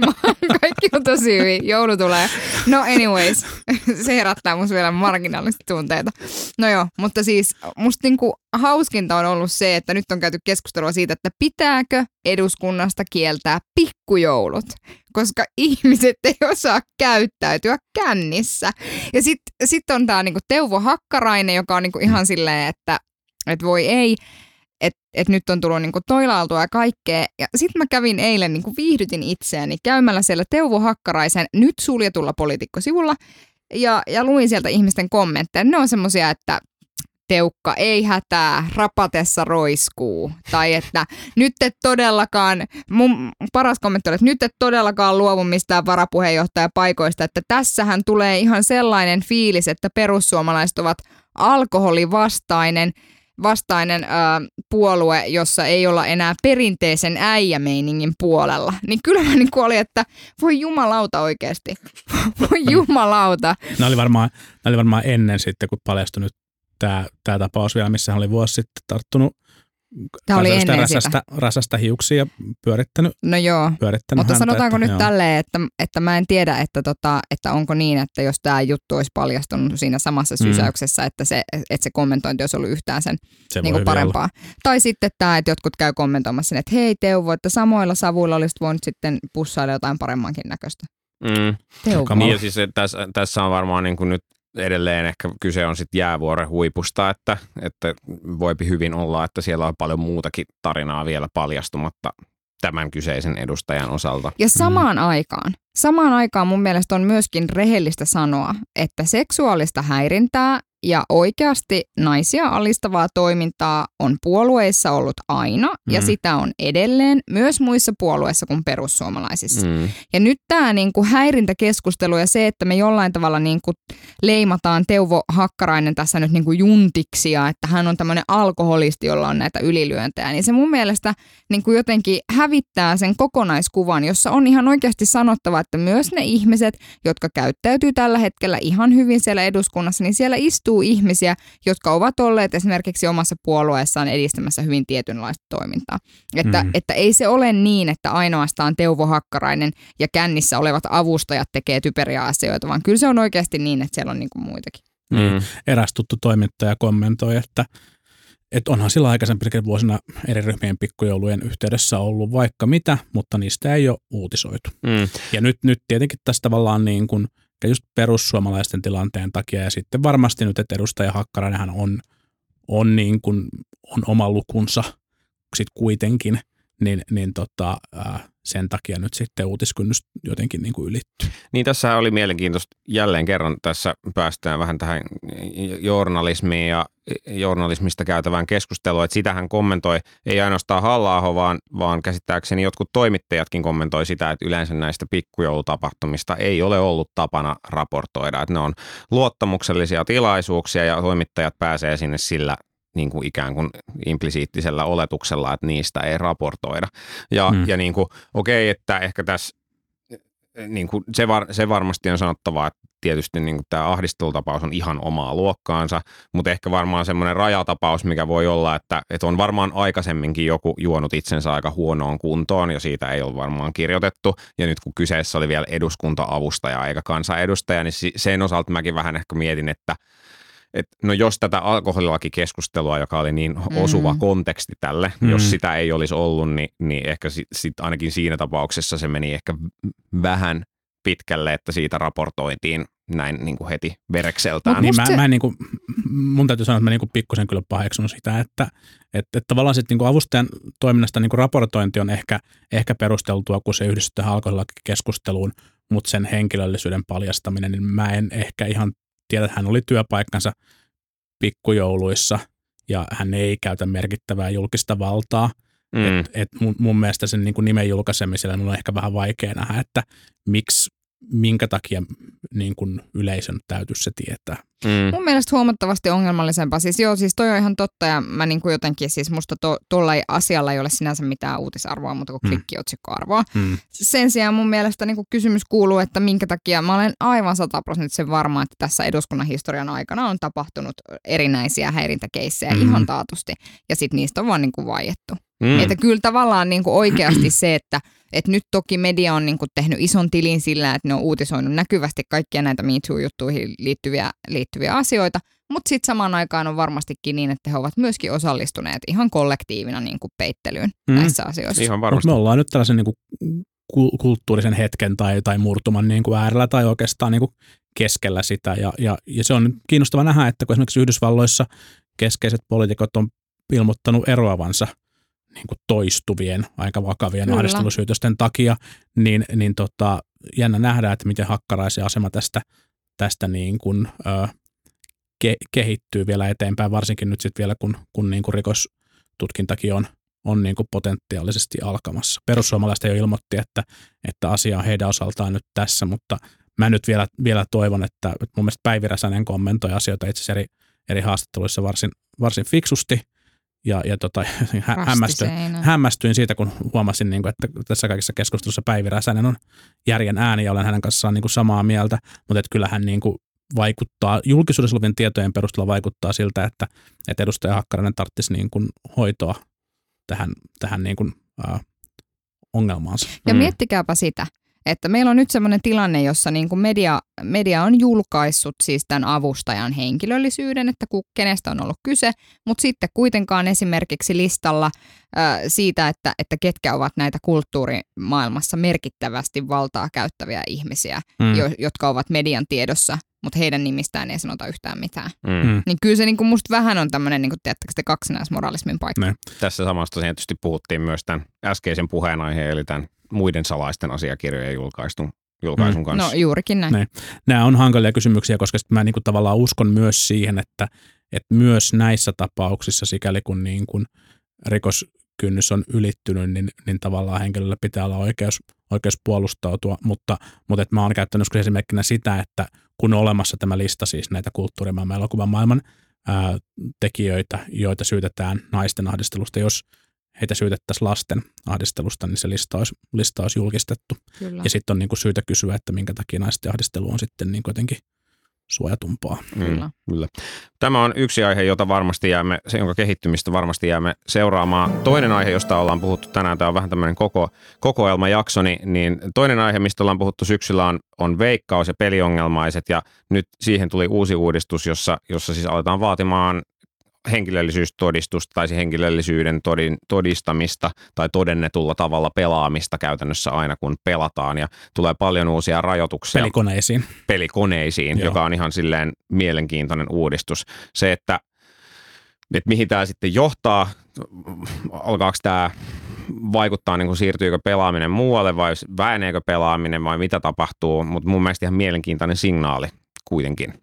Kaikki on tosi hyvin. Joulu tulee. No anyways, se herättää musta vielä marginaalisesti tunteita. No joo, mutta siis musta niinku hauskinta on ollut se, että nyt on käyty keskustelua siitä, että pitääkö eduskunnasta kieltää pikkujoulut, koska ihmiset ei osaa käyttäytyä kännissä. Ja sitten sit on tämä niinku Teuvo Hakkarainen, joka on niinku ihan silleen, että et voi ei, että et nyt on tullut niinku toilailtua ja kaikkea. Ja sitten mä kävin eilen, niinku viihdytin itseäni käymällä siellä Teuvo Hakkaraisen nyt suljetulla poliitikkosivulla ja, ja luin sieltä ihmisten kommentteja. Ne on semmoisia, että Teukka, ei hätää, rapatessa roiskuu. Tai että nyt et todellakaan, mun paras kommentti oli, että nyt et todellakaan luovu mistään varapuheenjohtajapaikoista, että tässähän tulee ihan sellainen fiilis, että perussuomalaiset ovat alkoholivastainen vastainen ö, puolue, jossa ei olla enää perinteisen äijämeiningin puolella. Niin kyllä mä niin kuin oli, että voi jumalauta oikeasti. Voi jumalauta. Ne oli varmaan, ne oli varmaan ennen sitten, kun paljastui nyt tämä, tämä tapaus vielä, missä hän oli vuosi sitten tarttunut Tämä oli ennen räsästä, räsästä hiuksia ja pyörittänyt. No joo, pyörittänyt mutta häntä, sanotaanko että, nyt joo. tälleen, että, että mä en tiedä, että, tota, että onko niin, että jos tämä juttu olisi paljastunut siinä samassa sysäyksessä, mm. että, se, että se kommentointi olisi ollut yhtään sen niin kuin parempaa. Olla. Tai sitten tämä, että jotkut käy kommentoimassa sen, että hei Teuvo, että samoilla savuilla olisit voinut sitten pussailla jotain paremmankin näköistä. Mm. Teuvo. Niin, siis, tässä, tässä on varmaan niin kuin nyt edelleen ehkä kyse on sitten jäävuoren huipusta, että, että voipi hyvin olla, että siellä on paljon muutakin tarinaa vielä paljastumatta tämän kyseisen edustajan osalta. Ja samaan mm. aikaan, samaan aikaan mun mielestä on myöskin rehellistä sanoa, että seksuaalista häirintää ja oikeasti naisia alistavaa toimintaa on puolueissa ollut aina mm. ja sitä on edelleen myös muissa puolueissa kuin perussuomalaisissa. Mm. Ja nyt tämä niinku häirintäkeskustelu ja se, että me jollain tavalla niinku leimataan Teuvo Hakkarainen tässä nyt niinku juntiksi ja että hän on tämmöinen alkoholisti, jolla on näitä ylilyöntejä, niin se mun mielestä niinku jotenkin hävittää sen kokonaiskuvan, jossa on ihan oikeasti sanottava, että myös ne ihmiset, jotka käyttäytyy tällä hetkellä ihan hyvin siellä eduskunnassa, niin siellä istuu ihmisiä, jotka ovat olleet esimerkiksi omassa puolueessaan edistämässä hyvin tietynlaista toimintaa. Että, mm. että ei se ole niin, että ainoastaan Teuvo Hakkarainen ja kännissä olevat avustajat tekee typeriä asioita, vaan kyllä se on oikeasti niin, että siellä on niin kuin muitakin. Mm. Eräs tuttu toimittaja kommentoi, että, että onhan sillä aikaisemmin vuosina eri ryhmien pikkujoulujen yhteydessä ollut vaikka mitä, mutta niistä ei ole uutisoitu. Mm. Ja nyt, nyt tietenkin tässä tavallaan niin kuin just perussuomalaisten tilanteen takia ja sitten varmasti nyt, että edustaja Hakkarainenhan on, on, niin kuin, on oma lukunsa sit kuitenkin, niin, niin tota, ää, sen takia nyt sitten uutiskynnys jotenkin niin kuin ylittyy. Niin tässä oli mielenkiintoista jälleen kerran, tässä päästään vähän tähän journalismiin ja journalismista käytävään keskusteluun, että sitähän kommentoi ei ainoastaan Halla-aho, vaan, vaan käsittääkseni jotkut toimittajatkin kommentoi sitä, että yleensä näistä pikkujoulutapahtumista ei ole ollut tapana raportoida, että ne on luottamuksellisia tilaisuuksia ja toimittajat pääsee sinne sillä niin kuin ikään kuin implisiittisellä oletuksella, että niistä ei raportoida. Ja, hmm. ja niin kuin, okei, että ehkä tässä niin kuin se, var, se varmasti on sanottava, että tietysti niin kuin tämä ahdistelutapaus on ihan omaa luokkaansa, mutta ehkä varmaan semmoinen rajatapaus, mikä voi olla, että, että on varmaan aikaisemminkin joku juonut itsensä aika huonoon kuntoon ja siitä ei ole varmaan kirjoitettu. Ja nyt kun kyseessä oli vielä eduskunta-avustaja eikä kansanedustaja, niin sen osalta mäkin vähän ehkä mietin, että Et no jos tätä alkoholilakikeskustelua, joka oli niin osuva mm. konteksti tälle, mm. jos sitä ei olisi ollut, niin, niin ehkä sit, sit ainakin siinä tapauksessa se meni ehkä vähän pitkälle, että siitä raportoitiin näin niin kuin heti verekseltään. No, niin mä, mä en, niin kuin, mun täytyy sanoa, että mä niin kuin pikkusen kyllä paheksun sitä, että, että, että tavallaan sit niin kuin avustajan toiminnasta niin kuin raportointi on ehkä, ehkä perusteltua, kun se yhdistetään tähän alkoholilakikeskusteluun, mutta sen henkilöllisyyden paljastaminen, niin mä en ehkä ihan tiedä, että hän oli työpaikkansa pikkujouluissa ja hän ei käytä merkittävää julkista valtaa. Mm. Et, et mun, mun mielestä sen niin kuin nimen julkaisemisella on ehkä vähän vaikea nähdä, että miksi, minkä takia niin kuin yleisön täytyisi se tietää. Mm. Mun mielestä huomattavasti ongelmallisempaa. Siis joo, siis toi on ihan totta ja mä niin kuin jotenkin, siis musta to, tuolla asialla ei ole sinänsä mitään uutisarvoa, mutta kuin Mm. klikkiotsikkoarvoa. Mm. Sen sijaan mun mielestä niin kuin kysymys kuuluu, että minkä takia mä olen aivan sataprosenttisen varma, että tässä eduskunnan historian aikana on tapahtunut erinäisiä häirintäkeissejä Mm. ihan taatusti ja sitten niistä on vaan niin kuin vaiettu. Mm. Että kyllä tavallaan niin kuin oikeasti se, että et nyt toki media on niin kuin tehnyt ison tilin sillä, että ne on uutisoinut näkyvästi kaikkia näitä Me Too-juttuihin liittyviä, liittyviä asioita, mutta sitten samaan aikaan on varmastikin niin, että he ovat myöskin osallistuneet ihan kollektiivina niin kuin peittelyyn Mm. näissä asioissa. Ihan Mutta varmasti. me ollaan nyt tällaisen niin kuin ku- kulttuurisen hetken tai, tai murtuman niin kuin äärellä tai oikeastaan niin kuin keskellä sitä. Ja, ja, ja se on kiinnostava nähdä, että kun esimerkiksi Yhdysvalloissa keskeiset poliitikot on ilmoittanut eroavansa niin kuin toistuvien, aika vakavien Kyllä. ahdistelusyytösten takia, niin, niin tota, jännä nähdä, että miten Hakkaraisen asema tästä, tästä niin kuin, ö, ke, kehittyy vielä eteenpäin, varsinkin nyt sitten vielä, kun, kun niin kuin rikostutkintakin on, on niin kuin potentiaalisesti alkamassa. Perussuomalaiset jo ilmoitti, että, että asia on heidän osaltaan nyt tässä, mutta mä nyt vielä, vielä toivon, että, että mun mielestä Päivi Räsänen kommentoi asioita itse asiassa eri, eri haastatteluissa varsin, varsin fiksusti, ja, ja tota, hä, hämmästyin, hämmästyin siitä, kun huomasin, niin kuin, että tässä kaikissa keskustelussa Päivi Räsänen on järjen ääni ja olen hänen kanssaan niin kuin samaa mieltä, mutta että kyllähän niin kuin vaikuttaa, julkisuudessa olevien tietojen perusteella vaikuttaa siltä, että, että edustaja Hakkarainen tarvitsisi niin kuin hoitoa tähän, tähän niin kuin, äh, ongelmaansa. Ja Mm. miettikääpä sitä, että meillä on nyt semmoinen tilanne, jossa niin kuin media, media on julkaissut siis tämän avustajan henkilöllisyyden, että ku, kenestä on ollut kyse, mutta sitten kuitenkaan esimerkiksi listalla äh, siitä, että, että ketkä ovat näitä kulttuurimaailmassa merkittävästi valtaa käyttäviä ihmisiä, Mm. jo, jotka ovat median tiedossa, mutta heidän nimistään ei sanota yhtään mitään. Mm. Mm. Niin kyllä se niin kuin musta vähän on tämmöinen, niin kuin, tiedättekö te, kaksinaismoralismin paikka. Ne. Tässä samasta tosiaan tietysti puhuttiin myös tämän äskeisen puheenaiheen, eli tämän muiden salaisten asiakirjojen julkaistun, julkaisun Mm. kanssa. No juurikin näin. Ne. Nämä on hankalia kysymyksiä, koska sit mä niin kuin tavallaan uskon myös siihen, että, että myös näissä tapauksissa, sikäli kun niin kuin rikoskynnys on ylittynyt, niin, niin tavallaan henkilöllä pitää olla oikeus, oikeus puolustautua, mutta, mutta että mä oon käyttänyt esimerkkinä sitä, että kun on olemassa tämä lista siis näitä kulttuurimaailman ja elokuvan maailman ää, tekijöitä, joita syytetään naisten ahdistelusta, jos heitä syytettäisiin lasten ahdistelusta, niin se lista olisi, lista olisi julkistettu. Kyllä. Ja sitten on niin kuin syytä kysyä, että minkä takia naisten ahdistelu on sitten niin kuin jotenkin suojatumpaa. Mm, Kyllä. kyllä. Tämä on yksi aihe, jota varmasti jäämme, se jonka kehittymistä varmasti jäämme seuraamaan. Toinen aihe, josta ollaan puhuttu tänään, tämä on vähän tämmöinen koko, kokoelmajakso, niin, niin toinen aihe, mistä ollaan puhuttu syksyllä on, on Veikkaus ja peliongelmaiset, ja nyt siihen tuli uusi uudistus, jossa, jossa siis aletaan vaatimaan henkilöllisyystodistusta tai henkilöllisyyden todin, todistamista tai todennetulla tavalla pelaamista käytännössä aina kun pelataan, ja tulee paljon uusia rajoituksia Pelikoneisiin. pelikoneisiin, Joo. joka on ihan silleen mielenkiintoinen uudistus. Se, että, että mihin tämä sitten johtaa, alkaako tämä vaikuttaa, niin kuin siirtyykö pelaaminen muualle vai väheneekö pelaaminen vai mitä tapahtuu, mutta mun mielestä ihan mielenkiintoinen signaali kuitenkin.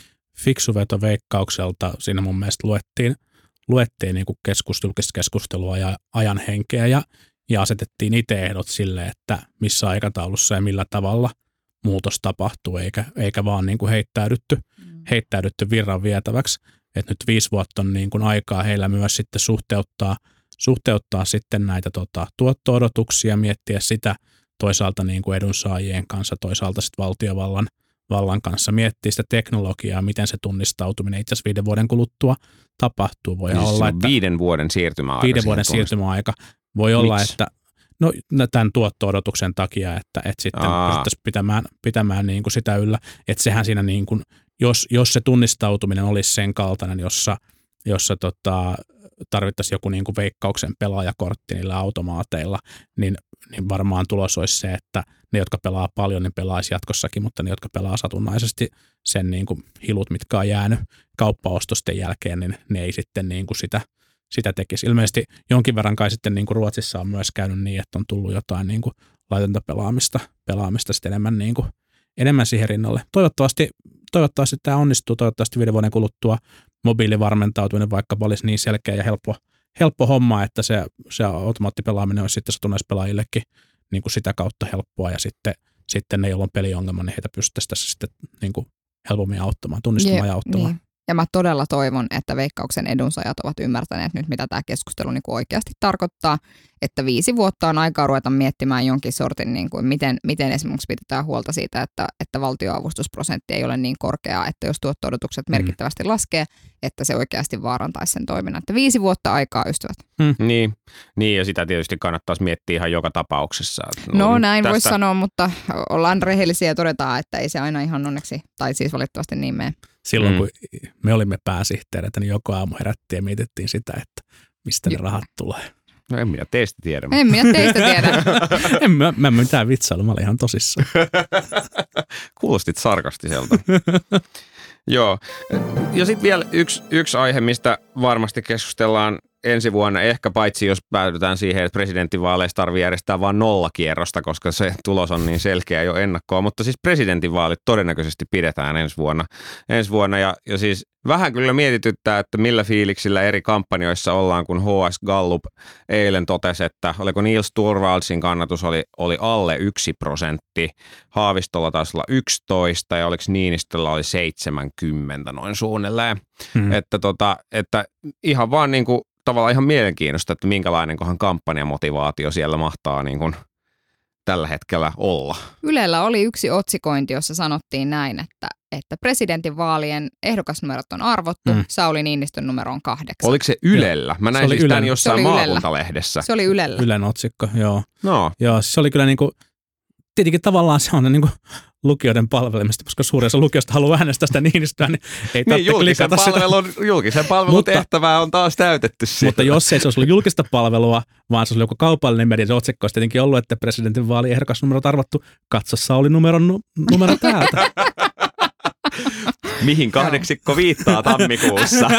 Fiksu veto Veikkaukselta, siinä mun mielestä luettiin, luettiin niin kuin keskustelua, keskustelua ja ajan henkeä ja, ja asetettiin itse ehdot sille, että missä aikataulussa ja millä tavalla muutos tapahtuu, eikä, eikä vaan niin kuin heittäydytty, mm. heittäydytty virran vietäväksi. Että nyt viisi vuotta on niin kuin aikaa heillä myös sitten suhteuttaa, suhteuttaa sitten näitä tota, tuotto-odotuksia, miettiä sitä toisaalta niin kuin edunsaajien kanssa, toisaalta sitten valtiovallan vallan kanssa, miettiä sitä teknologiaa, miten se tunnistautuminen itse asiassa viiden vuoden kuluttua tapahtuu. Voi Siis olla, että viiden vuoden siirtymäaika. viiden vuoden siirtymäaika. Voi olla, Miks? että no tämän tuotto-odotuksen takia, että, että sitten Aa. pystyttäisiin pitämään, pitämään niin kuin sitä yllä. Että sehän siinä, niin kuin, jos, jos se tunnistautuminen olisi sen kaltainen, jossa, jossa tota, tarvittaisiin joku niin kuin Veikkauksen pelaajakortti niillä automaateilla, niin, niin varmaan tulos olisi se, että ne, jotka pelaa paljon, niin pelaisi jatkossakin, mutta ne, jotka pelaa satunnaisesti sen niin kuin hilut, mitkä on jäänyt kauppaostosten jälkeen, niin ne ei sitten niin kuin sitä, sitä tekisi. Ilmeisesti jonkin verran kai sitten niin kuin Ruotsissa on myös käynyt niin, että on tullut jotain niin kuin laitonta pelaamista, pelaamista sitten enemmän niin kuin enemmän siihen rinnalle. Toivottavasti, toivottavasti tämä onnistuu, toivottavasti viiden vuoden kuluttua mobiilivarmentautuminen vaikka olisi niin selkeä ja helppo, helppo homma, että se, se automaattipelaaminen olisi sitten satunnaispelaajillekin niin kuin sitä kautta helppoa ja sitten, sitten ne, joilla on peliongelma, niin heitä pystyttäisiin tässä sitten niin kuin helpommin auttamaan, tunnistamaan ja auttamaan. Niin. Ja mä todella toivon, että Veikkauksen edunsajat ovat ymmärtäneet nyt, mitä tämä keskustelu niin kuin oikeasti tarkoittaa, että viisi vuotta on aikaa ruveta miettimään jonkin sortin, niin kuin miten, miten esimerkiksi pidetään huolta siitä, että, että valtioavustusprosentti ei ole niin korkea, että jos tuotto-odotukset merkittävästi laskee, että se oikeasti vaarantaisi sen toiminnan. Että viisi vuotta aikaa, ystävät. Hmm. Niin. niin, ja sitä tietysti kannattaisi miettiä ihan joka tapauksessa. No, no näin tästä... voisi sanoa, mutta ollaan rehellisiä ja todetaan, että ei se aina ihan onneksi, tai siis valitettavasti niin mene. Silloin, Mm. kun me olimme pääsihteereitä, niin joka aamu herättiin ja mietittiin sitä, että mistä ne rahat tulee. No en minä teistä tiedä. En minä teistä tiedä. en mä, mä mitään vitsailu, mä olin ihan tosissaan. Kuulostit sarkastiselta. Joo. Ja sitten vielä yksi, yksi aihe, mistä varmasti keskustellaan ensi vuonna, ehkä paitsi jos päädytään siihen, että presidentinvaaleissa tarvitsee järjestää vain nollakierrosta, koska se tulos on niin selkeä jo ennakkoa. Mutta siis presidentinvaalit todennäköisesti pidetään ensi vuonna. Ensi vuonna ja, ja siis vähän kyllä mietityttää, että millä fiiliksillä eri kampanjoissa ollaan, kun H S Gallup eilen totesi, että oliko Niels Torvaldsin kannatus oli, oli alle yksi prosentti, Haavistolla taisi olla yksitoista ja oliko Niinistöllä oli seitsemänkymmentä noin suunnilleen. Hmm. Että, tota, että ihan vaan niin kuin tavallaan ihan mielenkiintoista, että minkälainen kohan kampanjamotivaatio siellä mahtaa niin kuin tällä hetkellä olla. Ylellä oli yksi otsikointi, jossa sanottiin näin, että, että presidentinvaalien ehdokasnumerot on arvottu, mm. Sauli Niinistön numero on kahdeksan. Oliko se Ylellä? Mä näin siis tämän jossain maakuntalehdessä. Se oli Ylellä. Ylen otsikko, joo. No. Joo, se oli kyllä niinku, tietenkin tavallaan se on niinku lukijoiden palvelemista, koska suurin osa lukijoista haluaa äänestää sitä Niinistöä, niin ei tarvitse niin, klikata palvelun, sitä. Julkisen palvelun mutta, tehtävää on taas täytetty siitä. Mutta jos ei se olisi ollut julkista palvelua, vaan se olisi ollut joku kaupallinen media, se otsikko olisi tietenkin ollut, että presidentinvaali ehdokasnumerot arvattu, katso Sauli numeron nu, numero täältä. Mihin kahdeksikko viittaa tammikuussa.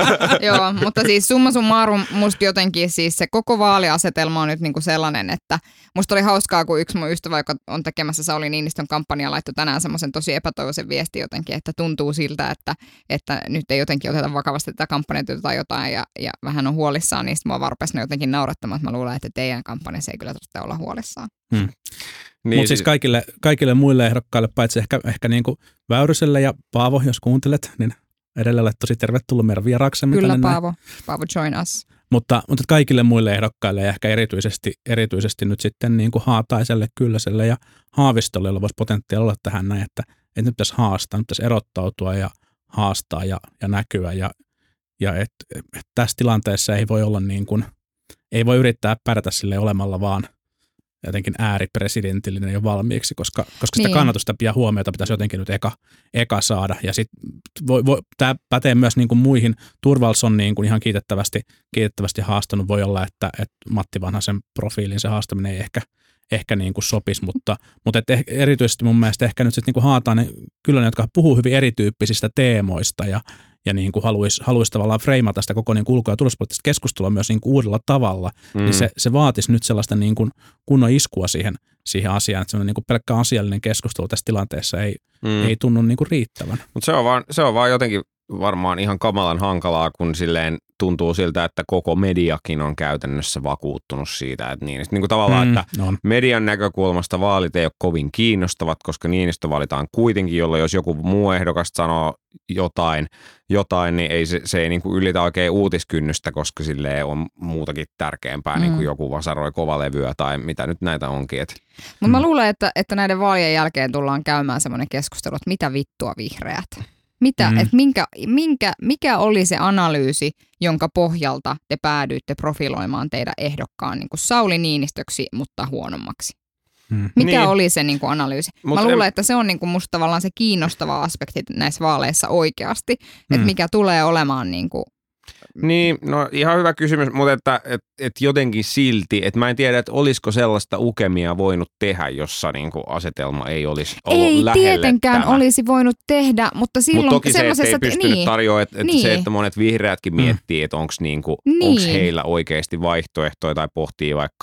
Joo, mutta siis summa summarum musta jotenkin siis se koko vaaliasetelma on nyt niinku sellainen, että musta oli hauskaa, kun yksi mun ystävä, joka on tekemässä Sauli Niinistön kampanjaa, laittoi tänään semmoisen tosi epätoivoisen viesti jotenkin, että tuntuu siltä, että, että nyt ei jotenkin oteta vakavasti tätä kampanjatyötä tai jotain ja, ja vähän on huolissaan, niin sitten mua vaan rupesi jotenkin naurattamaan, että mä luulen, että teidän kampanjassa ei kyllä tarvitse olla huolissaan. Hmm. Niin, mutta siis kaikille, kaikille muille ehdokkaille, paitsi ehkä, ehkä niin kuin Väyryselle ja Paavo, jos kuuntelet, niin edelleen olet tosi tervetullut meidän vieraaksemme. Kyllä Paavo, Paavo join us. Mutta, mutta kaikille muille ehdokkaille ja ehkä erityisesti, erityisesti nyt sitten niin kuin Haataiselle, Kylläselle ja Haavistolle, jolla voisi potentiaalia olla tähän näin, että, että nyt pitäisi haastaa, nyt pitäisi erottautua ja haastaa ja, ja näkyä ja, ja et, et tässä tilanteessa ei voi olla niin kuin, ei voi yrittää pärjätä sille olemalla vaan jotenkin ääripresidentillinen jo valmiiksi, koska, koska sitä niin. kannatusta ja huomiota pitäisi jotenkin nyt eka, eka saada. Ja sitten tämä pätee myös niin kuin muihin. Turvals on niin kuin ihan kiitettävästi, kiitettävästi haastanut. Voi olla, että, että Matti Vanhasen profiilin se haastaminen ei ehkä, ehkä niin kuin sopisi, mutta, mutta et erityisesti mun mielestä ehkä nyt sitten niin kuin Haatainen, kyllä ne, jotka puhuu hyvin erityyppisistä teemoista ja ja niin kuin haluaisi, haluaisi tavallaan freimata sitä koko niin kuin ulko- ja turvallisuuspoliittista keskustelua myös niin kuin uudella tavalla, mm. niin se, se vaatisi nyt sellaista niin kuin kunnon iskua siihen, siihen asiaan, että semmoinen niin kuin pelkkä asiallinen keskustelu tässä tilanteessa ei, mm. ei tunnu niin kuin riittävän. Mutta se on vaan, se on vaan jotenkin varmaan ihan kamalan hankalaa, kun silleen tuntuu siltä, että koko mediakin on käytännössä vakuuttunut siitä, että niin, niin kuin tavallaan, mm, että on. Median näkökulmasta vaalit ei ole kovin kiinnostavat, koska Niinistö valitaan kuitenkin, jolloin jos joku muu ehdokas sanoo jotain, jotain niin ei, se, se ei niin kuin ylitä oikein uutiskynnystä, koska silleen on muutakin tärkeämpää, mm. niin kuin joku vasaroi kovalevyä tai mitä nyt näitä onkin. Mutta mm. mä luulen, että, että näiden vaalien jälkeen tullaan käymään semmoinen keskustelu, että mitä vittua vihreät? Mitä, mm. et minkä, minkä, mikä oli se analyysi, jonka pohjalta te päädyitte profiloimaan teidän ehdokkaan niin kuin Sauli Niinistöksi, mutta huonommaksi? Mm. Mikä niin. oli se niin kuin analyysi? Mut Mä luulen, en... että se on niin kuin musta tavallaan se kiinnostava aspekti näissä vaaleissa oikeasti, mm. että mikä tulee olemaan niin kuin Niin, no ihan hyvä kysymys, mutta että et, et jotenkin silti, että mä en tiedä, että olisiko sellaista ukemia voinut tehdä, jossa niinku asetelma ei olisi ollut ei lähelle tietenkään tämä. Olisi voinut tehdä, mutta silloin Mut toki se, että ei pystynyt niin, tarjoamaan, että, että niin. se, että monet vihreätkin miettii, että onko niinku, niin. heillä oikeasti vaihtoehtoja tai pohtii vaikka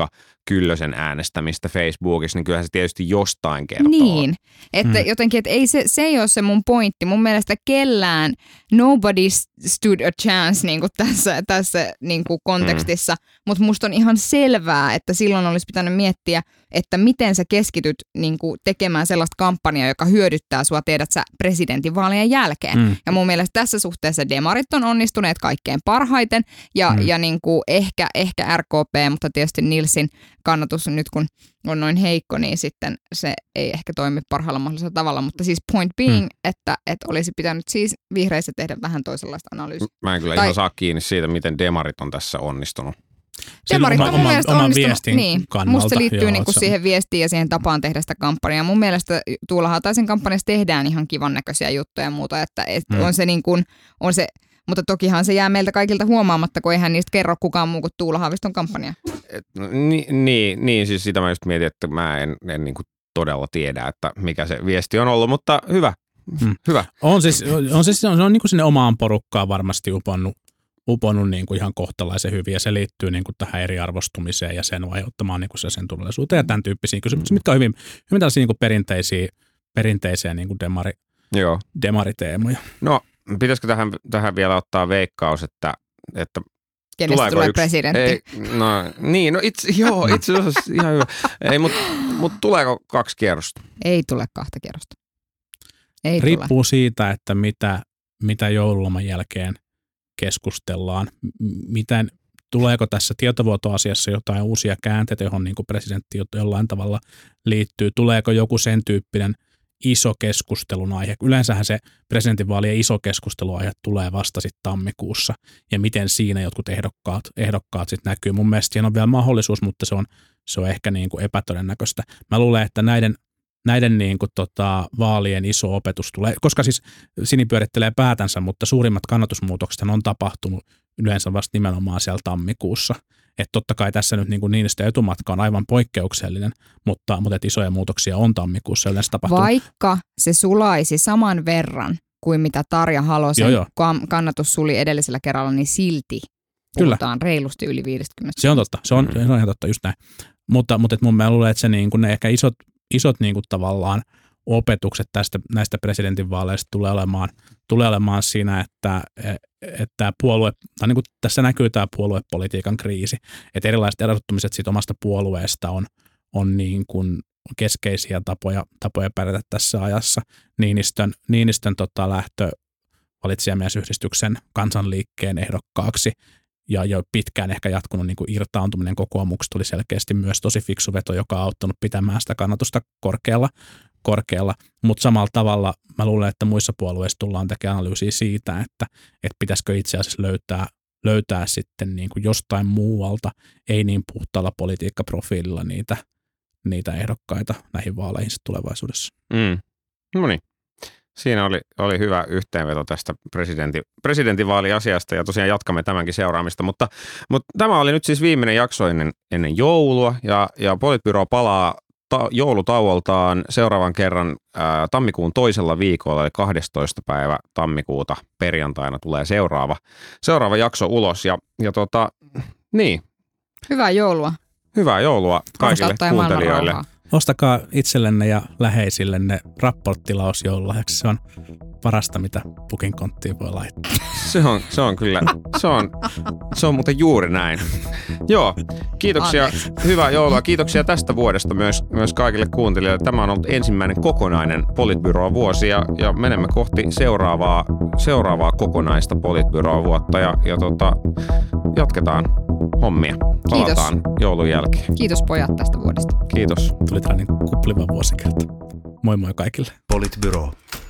Kyllösen äänestämistä Facebookissa, niin kyllähän se tietysti jostain kertoo. Niin, että Hmm. jotenkin, että ei se, se ei ole se mun pointti. Mun mielestä kellään nobody stood a chance niin kuin tässä, tässä niin kuin kontekstissa, hmm. mutta musta on ihan selvää, että silloin olisi pitänyt miettiä, että miten sä keskityt niin kuin tekemään sellaista kampanjaa, joka hyödyttää sua, tiedät sä, presidentinvaalien jälkeen. Hmm. Ja mun mielestä tässä suhteessa demarit on onnistuneet kaikkein parhaiten ja, hmm. ja niin kuin ehkä, ehkä R K P, mutta tietysti Nilsin kannatus nyt kun on noin heikko, niin sitten se ei ehkä toimi parhaalla mahdollisella tavalla. Mutta siis point being, hmm. että, että olisi pitänyt siis vihreissä tehdä vähän toisenlaista analyysiä. Mä en kyllä tai... ihan saa kiinni siitä, miten demarit on tässä onnistunut. Demarit on mun oma, mielestä oman onnistunut. viestin Niin, kannalta. musta se liittyy Joo, niinku se... siihen viestiin ja siihen tapaan tehdä sitä kampanjaa. Mun mielestä Tuula Haataisen kampanjassa tehdään ihan kivan näköisiä juttuja ja muuta, että et hmm. on se niin kuin, on se, mutta tokihan se jää meiltä kaikilta huomaamatta, kun eihän niistä kerro kukaan muu kuin Tuula Haaviston kampanja. Et, niin, niin, niin, siis sitä mä just mietin, että mä en, en niin kuin todella tiedä, että mikä se viesti on ollut, mutta hyvä, hmm. hyvä. On siis, on siis, se on, se on niin kuin sinne omaan porukkaan varmasti uponnut, uponnut niin kuin ihan kohtalaisen hyvin ja se liittyy niin kuin tähän eriarvostumiseen ja sen aiheuttamaan niin kuin se sen turvallisuuteen ja tämän tyyppisiin kysymyksiin, mitkä on hyvin, hyvin tällaisia niin kuin perinteisiä, perinteisiä niin kuin demari, Joo. demariteemoja. No, pitäisikö tähän, tähän vielä ottaa veikkaus, että, että kenestä tulee yksi, presidentti? Ei, no niin, no itse, joo, itse asiassa ihan hyvä. Ei, mutta mut tuleeko kaksi kierrosta? Ei tule kahta kierrosta. Ei Riippuu tule. siitä, että mitä, mitä joululoman jälkeen keskustellaan. Miten, tuleeko tässä tietovuotoasiassa jotain uusia käänteitä, johon niin kuin presidentti jollain tavalla liittyy? Tuleeko joku sen tyyppinen iso keskustelun aihe? Yleensähän se presidentinvaalien iso keskusteluaihe tulee vasta sitten tammikuussa, ja miten siinä jotkut ehdokkaat, ehdokkaat sitten näkyy. Mun mielestä siinä on vielä mahdollisuus, mutta se on, se on ehkä niin kuin epätodennäköistä. Mä luulen, että näiden näiden niin kuin, tota, vaalien iso opetus tulee, koska siis Sini pyörittelee päätänsä, mutta suurimmat kannatusmuutokset on tapahtunut yleensä vasta nimenomaan siellä tammikuussa. Että totta kai tässä nyt niin kuin Niinistön etumatka on aivan poikkeuksellinen, mutta, mutta et isoja muutoksia on tammikuussa yleensä tapahtunut. Vaikka se sulaisi saman verran kuin mitä Tarja Halosen joo, joo. kannatus suli edellisellä kerralla, niin silti puhutaan Kyllä. reilusti yli viisikymmentä. Se on totta, se on, se on ihan totta, just näin. Mutta, mutta et mun mielestä luulen, että se niin kuin ne ehkä isot isot niin kuin tavallaan opetukset tästä, näistä presidentinvaaleista tulee olemaan, tulee olemaan siinä, että, että puolue, tai niin kuin tässä näkyy tämä puoluepolitiikan kriisi, että erilaiset erottumiset siitä omasta puolueesta on, on niin kuin keskeisiä tapoja, tapoja pärjätä tässä ajassa. Niinistön, Niinistön tota lähtö valitsijamiesyhdistyksen kansanliikkeen ehdokkaaksi ja jo pitkään ehkä jatkunut niin kuin irtaantuminen kokoomuksesta tuli selkeästi myös tosi fiksu veto, joka on auttanut pitämään sitä kannatusta korkealla, korkealla. Mutta samalla tavalla mä luulen, että muissa puolueissa tullaan tekemään analyysiä siitä, että, että pitäisikö itse asiassa löytää, löytää sitten niin kuin jostain muualta, ei niin puhtaalla politiikkaprofiililla niitä, niitä ehdokkaita näihin vaaleihin tulevaisuudessa. Mm. No niin. Siinä oli, oli hyvä yhteenveto tästä presidentin, presidentinvaaliasiasta ja tosiaan jatkamme tämänkin seuraamista, mutta, mutta tämä oli nyt siis viimeinen jakso ennen, ennen joulua ja, ja Politbyro palaa ta, joulutauoltaan seuraavan kerran ää, tammikuun toisella viikolla, eli kahdestoista päivä tammikuuta perjantaina tulee seuraava, seuraava jakso ulos ja, ja tota, niin. Hyvää joulua. Hyvää joulua kaikille kuuntelijoille. Ostakaa itsellenne ja läheisillenne rapporttilaus joululahjaksi. Se on parasta, mitä pukinkonttiin voi laittaa. Se on, se on kyllä, se on, se on muuten juuri näin. Joo, kiitoksia, Anteeksi. Hyvää joulua. Kiitoksia tästä vuodesta myös, myös kaikille kuuntelijoille. Tämä on ollut ensimmäinen kokonainen Politbyro-vuosi ja, ja menemme kohti seuraavaa, seuraavaa kokonaista Politbyro-vuotta ja, ja tota, jatketaan hommia. Palataan Kiitos. Joulun jälkeen. Kiitos pojat tästä vuodesta. Kiitos. Tuli tällainen kupliva vuosikerta. Moi moi kaikille. Politbyro.